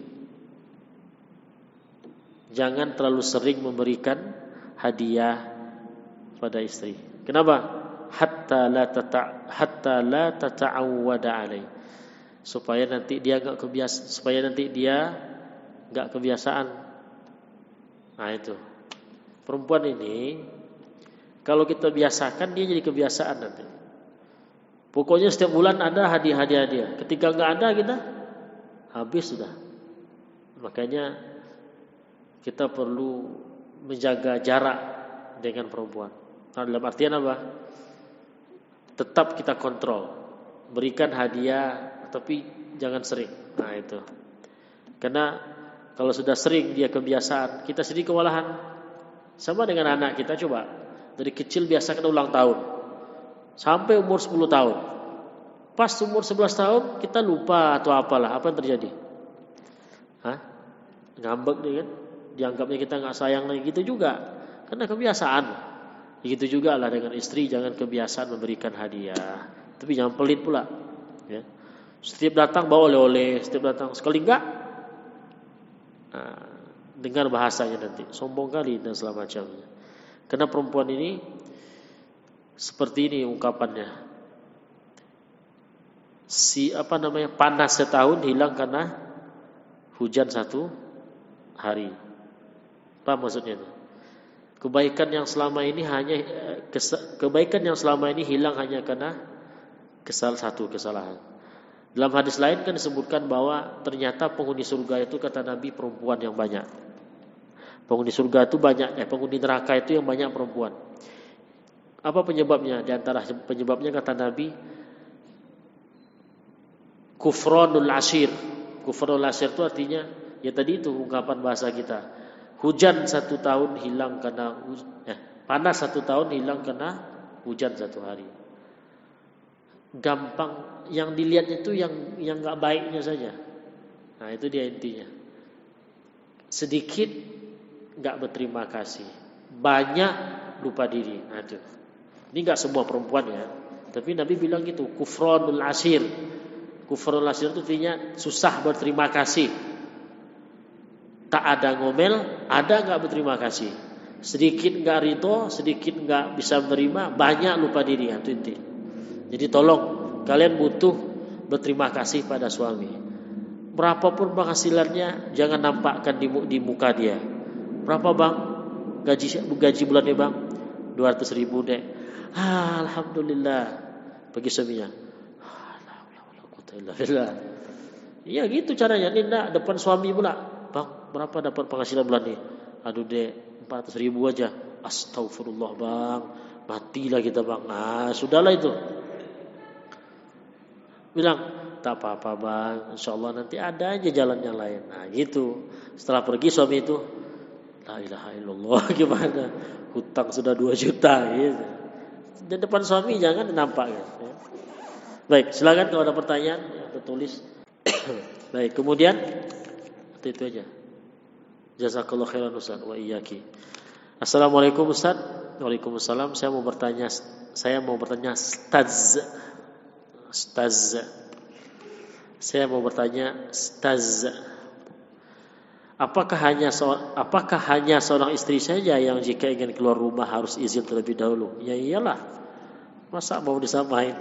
Jangan terlalu sering memberikan hadiah pada istri. Kenapa? Hatta la tata'awwada alai. Supaya nanti dia enggak kebiasaan. Nah itu. Perempuan ini kalau kita biasakan, dia jadi kebiasaan nanti. Pokoknya setiap bulan ada hadiah dia. Ketika enggak ada kita habis sudah. Makanya kita perlu menjaga jarak dengan perempuan. Nah, dalam artian apa? tetap kita kontrol. Berikan hadiah, tapi jangan sering. Nah itu. Karena kalau sudah sering dia kebiasaan, kita sendiri kewalahan. Sama dengan anak kita, coba dari kecil biasakan ulang tahun sampai umur 10 tahun. Pas umur 11 tahun kita lupa atau apalah, apa yang terjadi? Ngambek dia kan, dianggapnya kita nggak sayang lagi, gitu juga karena kebiasaan. Begitu juga lah dengan istri, jangan kebiasaan memberikan hadiah, tapi jangan pelit pula ya. Setiap datang bawa oleh-oleh, setiap datang, sekali enggak dengar bahasanya nanti sombong kali dan segala macamnya. Karena perempuan ini seperti ini ungkapannya, panas setahun hilang karena hujan satu hari. Apa maksudnya itu? Kebaikan yang selama ini hilang hanya karena satu kesalahan. Dalam hadis lain kan disebutkan bahwa ternyata penghuni surga itu, kata Nabi, perempuan yang banyak. Penghuni surga itu banyak, penghuni neraka itu yang banyak perempuan. Apa penyebabnya? Di antara penyebabnya kata Nabi, kufranul ashir. Kufranul ashir itu artinya ya tadi itu ungkapan bahasa kita. Hujan 1 tahun hilang karena panas 1 tahun hilang karena hujan 1 hari. Gampang, yang dilihat itu yang nggak baiknya saja. Nah itu dia intinya. Sedikit nggak berterima kasih, banyak lupa diri. Nah itu. Ini nggak semua perempuan ya, tapi Nabi bilang gitu, kufranul ashir. Kufranul ashir itu artinya susah berterima kasih. Tak ada ngomel, ada nggak berterima kasih. Sedikit nggak ridho, sedikit nggak bisa menerima, banyak lupa diri. Itu inti. Jadi tolong kalian butuh berterima kasih pada suami. Berapapun penghasilannya, jangan nampakkan di muka dia. Berapa bang? Gaji bulannya bang? 200.000 deh. Alhamdulillah. Bagi suaminya. Iya gitu caranya. Nina depan suami pula. Bang, berapa dapat penghasilan bulan ini? Aduh deh, 400.000 aja. Astagfirullah bang, matilah kita bang. Nah sudahlah itu. Bilang, tak apa-apa bang, insya Allah nanti ada aja jalan yang lain. Nah gitu. Setelah pergi suami itu, la ilaha illallah, gimana? Hutang sudah 2 juta gitu. Di depan suami jangan nampak gitu. Baik, silakan kalau ada pertanyaan ya, tulis. Baik, kemudian itu aja. Jazakallahu khairan Ustaz wa iyyaki. Assalamualaikum Ustaz. Waalaikumsalam. Saya mau bertanya Ustaz. Saya mau bertanya Ustaz. Apakah hanya seorang istri saja yang jika ingin keluar rumah harus izin terlebih dahulu? Ya iyalah. Masa mau disamain?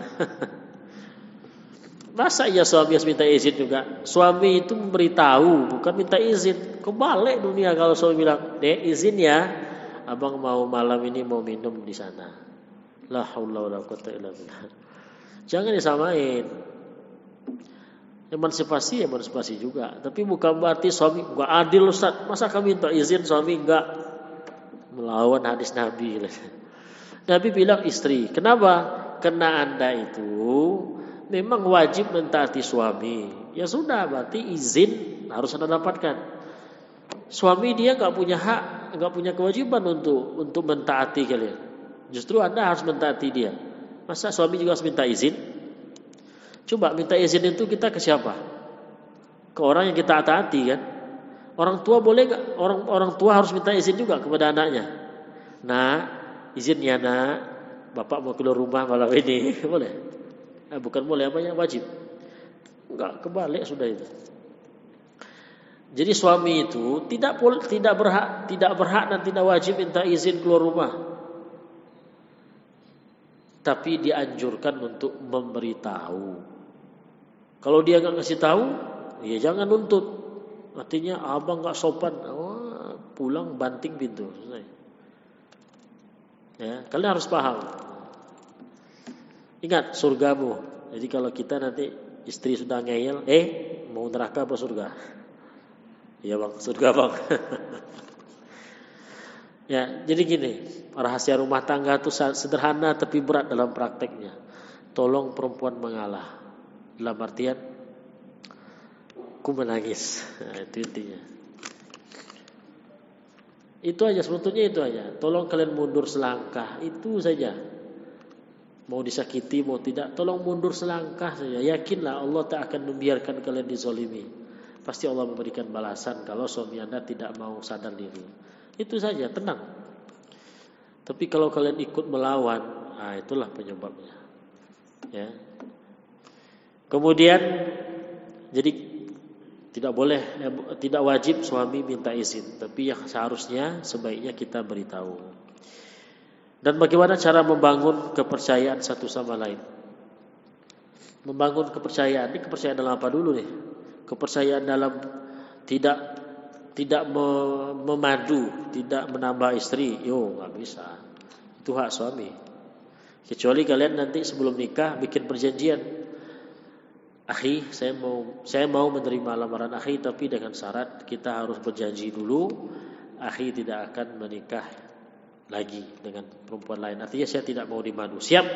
Masa iya suami harus minta izin juga? Suami itu memberitahu, bukan minta izin. Kebalik dunia kalau suami bilang, "Dek, izin ya, abang mau malam ini mau minum di sana." La haula wala quwwata illa billah. Jangan disamain. Emansipasi juga. Tapi bukan berarti suami enggak adil Ustaz. Masa kami minta izin suami enggak? Melawan hadis Nabi. Nabi bilang istri. Kenapa? Karena Anda itu memang wajib mentaati suami. Ya sudah, berarti izin harus Anda dapatkan. Suami dia enggak punya hak, enggak punya kewajiban untuk mentaati kalian. Justru Anda harus mentaati dia. Masa suami juga harus minta izin? Coba minta izin itu kita ke siapa? Ke orang yang kita taati kan? Orang tua boleh enggak? Orang tua harus minta izin juga kepada anaknya. Nah, izin ya nak, bapak mau keluar rumah malam ini. Boleh? Bukan boleh, apanya wajib. Enggak, kebalik sudah itu. Jadi suami itu tidak berhak dan tidak wajib minta izin keluar rumah. Tapi dianjurkan untuk memberitahu. Kalau dia enggak ngasih tahu, ya jangan nuntut. Artinya abang enggak sopan, pulang banting pintu. Ya, kalian harus paham. Ingat surgamu. Jadi kalau kita nanti istri sudah ngeyel, mau neraka apa surga? Iya bang, surga bang. Ya, jadi gini, rahasia rumah tangga itu sederhana tapi berat dalam prakteknya. tolong perempuan mengalah. Dalam artian ku menangis. Nah, itu intinya. Itu aja sebetulnya, itu aja. Tolong kalian mundur selangkah, itu saja. Mau disakiti mau tidak, tolong mundur selangkah saja. Yakinlah Allah tak akan membiarkan kalian dizalimi. Pasti Allah memberikan balasan kalau suami Anda tidak mau sadar diri. Itu saja, tenang. Tapi kalau kalian ikut melawan, itulah penyebabnya. Ya. Kemudian jadi tidak wajib suami minta izin, tapi yang seharusnya sebaiknya kita beritahu. Dan bagaimana cara membangun kepercayaan satu sama lain? Membangun kepercayaan, ini kepercayaan dalam apa dulu nih? Kepercayaan dalam tidak memadu, tidak menambah istri, nggak bisa. Itu hak suami. Kecuali kalian nanti sebelum nikah bikin perjanjian. Akhi, saya mau menerima lamaran akhi, tapi dengan syarat kita harus berjanji dulu, akhi tidak akan menikah lagi dengan perempuan lain. Artinya saya tidak mau dimadu. Siap?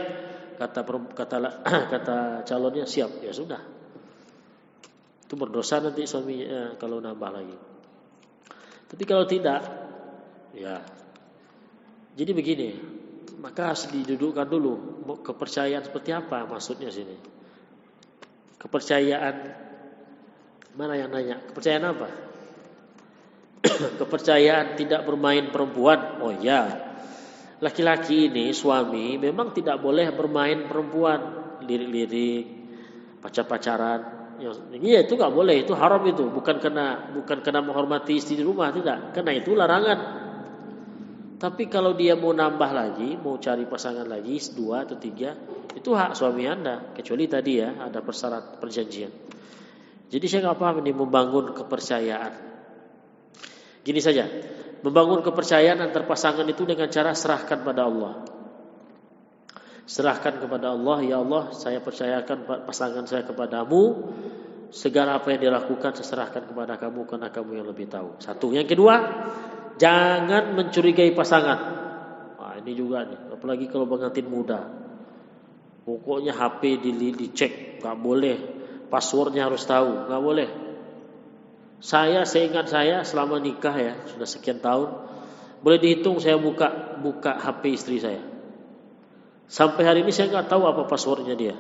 Kata calonnya siap. Ya sudah. Itu berdosa nanti suami kalau nambah lagi. Tapi kalau tidak, ya. Jadi begini, maka harus didudukkan dulu kepercayaan seperti apa maksudnya sini. Kepercayaan, mana yang nanya? Kepercayaan apa? Kepercayaan tidak bermain perempuan. Oh ya, laki-laki ini suami memang tidak boleh bermain perempuan, lirik-lirik, pacar-pacaran. Iya, itu nggak boleh, itu haram itu. Bukan karena menghormati istri di rumah, tidak. Karena itu larangan. Tapi kalau dia mau nambah lagi, mau cari pasangan lagi 2 atau 3, itu hak suami Anda. Kecuali tadi ya ada persyarat perjanjian. Jadi saya nggak paham ini membangun kepercayaan. Gini saja, membangun kepercayaan antar pasangan itu dengan cara serahkan pada Allah. Serahkan kepada Allah, ya Allah, saya percayakan pasangan saya kepadamu. Segala apa yang dilakukan saya serahkan kepada kamu karena kamu yang lebih tahu. Satu. Yang kedua, jangan mencurigai pasangan. Ini juga nih, apalagi kalau pengantin muda. Pokoknya HP dicek, nggak boleh. Passwordnya harus tahu, nggak boleh. Saya ingat saya selama nikah ya, sudah sekian tahun, boleh dihitung saya buka HP istri saya. Sampai hari ini saya nggak tahu apa passwordnya dia.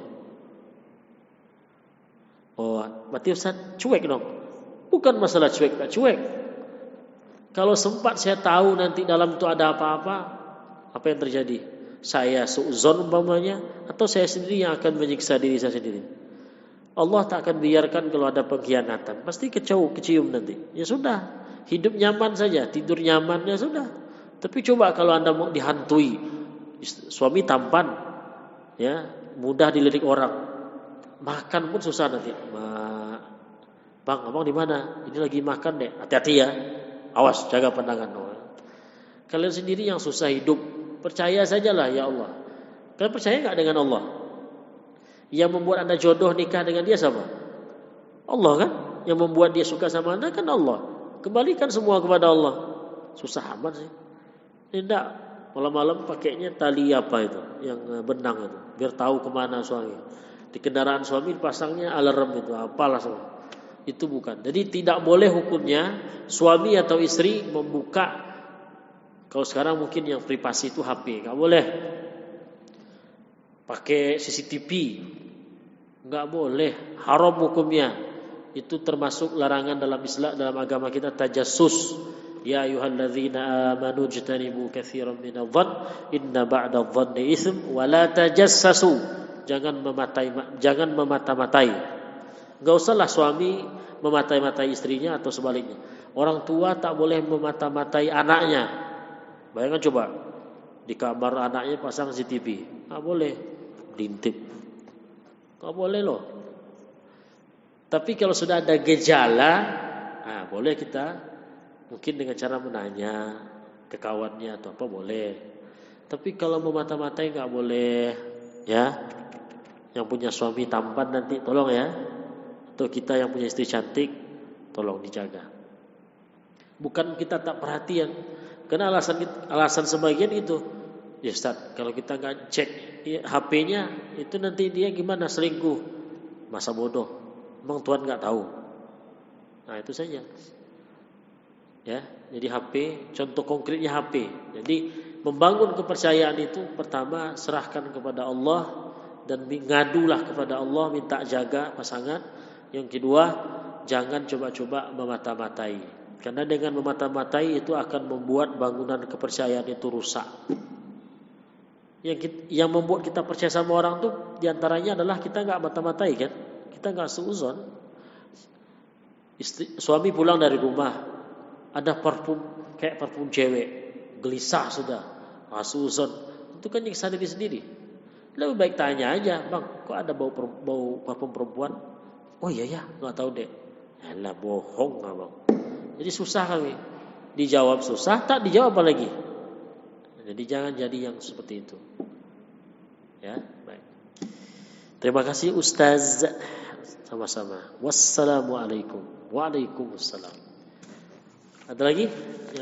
Oh, berarti Ustaz cuek dong? Bukan masalah cuek, nggak cuek. Kalau sempat saya tahu nanti dalam itu ada apa-apa, apa yang terjadi? Saya suudzon umpamanya, atau saya sendiri yang akan menyiksa diri saya sendiri. Allah tak akan biarkan kalau ada pengkhianatan. Pasti kecium nanti. Ya sudah, hidup nyaman saja, tidur nyaman, ya sudah. Tapi coba kalau Anda mau dihantui, suami tampan, ya mudah dilirik orang, makan pun susah nanti. Bang, abang di mana? Ini lagi makan deh. Hati-hati ya. Awas, jaga pandangan. Kalian sendiri yang susah hidup. Percaya sajalah ya Allah. Kalian percaya enggak dengan Allah? Yang membuat Anda jodoh nikah dengan dia siapa? Allah kan? Yang membuat dia suka sama Anda kan Allah. Kembalikan semua kepada Allah. Susah amat sih. Tidak. Malam-malam pakainya tali apa itu? Yang benang itu. Biar tahu kemana suami. Di kendaraan suami pasangnya alarm itu. Apalah semua. Itu bukan. Jadi tidak boleh hukumnya suami atau istri membuka. Kalau sekarang mungkin yang privasi itu HP, nggak boleh. Pakai CCTV, nggak boleh. Haram hukumnya. Itu termasuk larangan dalam Islam, dalam agama kita, tajassus. Ya ayyuhalladzina amanu jtanibu katsiran minadh-dhann inna ba'dadh-dhanni itsm wa la tajassasu. Jangan memata-matai. Enggak usahlah suami memata-matai istrinya atau sebaliknya. Orang tua tak boleh memata-matai anaknya. Bayangkan coba di kamar anaknya pasang CCTV, nggak boleh, diintip, nggak boleh loh. Tapi kalau sudah ada gejala, boleh kita mungkin dengan cara menanya ke kawannya atau apa boleh. Tapi kalau memata-matai nggak boleh, ya. Yang punya suami tampan nanti tolong ya, atau kita yang punya istri cantik, tolong dijaga. Bukan kita tak perhatian. Karena alasan sebagian itu, Ya Ustaz, kalau kita nggak cek HP-nya itu nanti dia gimana, selingkuh, masa bodoh. Emang Tuhan nggak tahu? Nah itu saja. Ya, jadi HP, contoh konkretnya HP. Jadi membangun kepercayaan itu pertama serahkan kepada Allah dan ngadulah kepada Allah, minta jaga pasangan. Yang kedua, jangan coba-coba memata-matai. Karena dengan memata-matai itu akan membuat bangunan kepercayaan itu rusak. Yang membuat kita percaya sama orang tuh diantaranya adalah kita nggak mata-matai kan, kita nggak seuzon. Suami pulang dari rumah, ada parfum kayak parfum cewek, gelisah sudah, seuzon. Itu kan nyiksa diri sendiri. Lebih baik tanya aja, bang, kok ada bau parfum perempuan? Oh iya ya, nggak tahu deh. Alah bohong abang. Jadi susah kami. Dijawab susah, tak dijawab apa lagi. Jadi jangan jadi yang seperti itu. Ya, baik. Terima kasih Ustaz. Sama-sama. Wassalamualaikum. Waalaikumsalam. Ada lagi?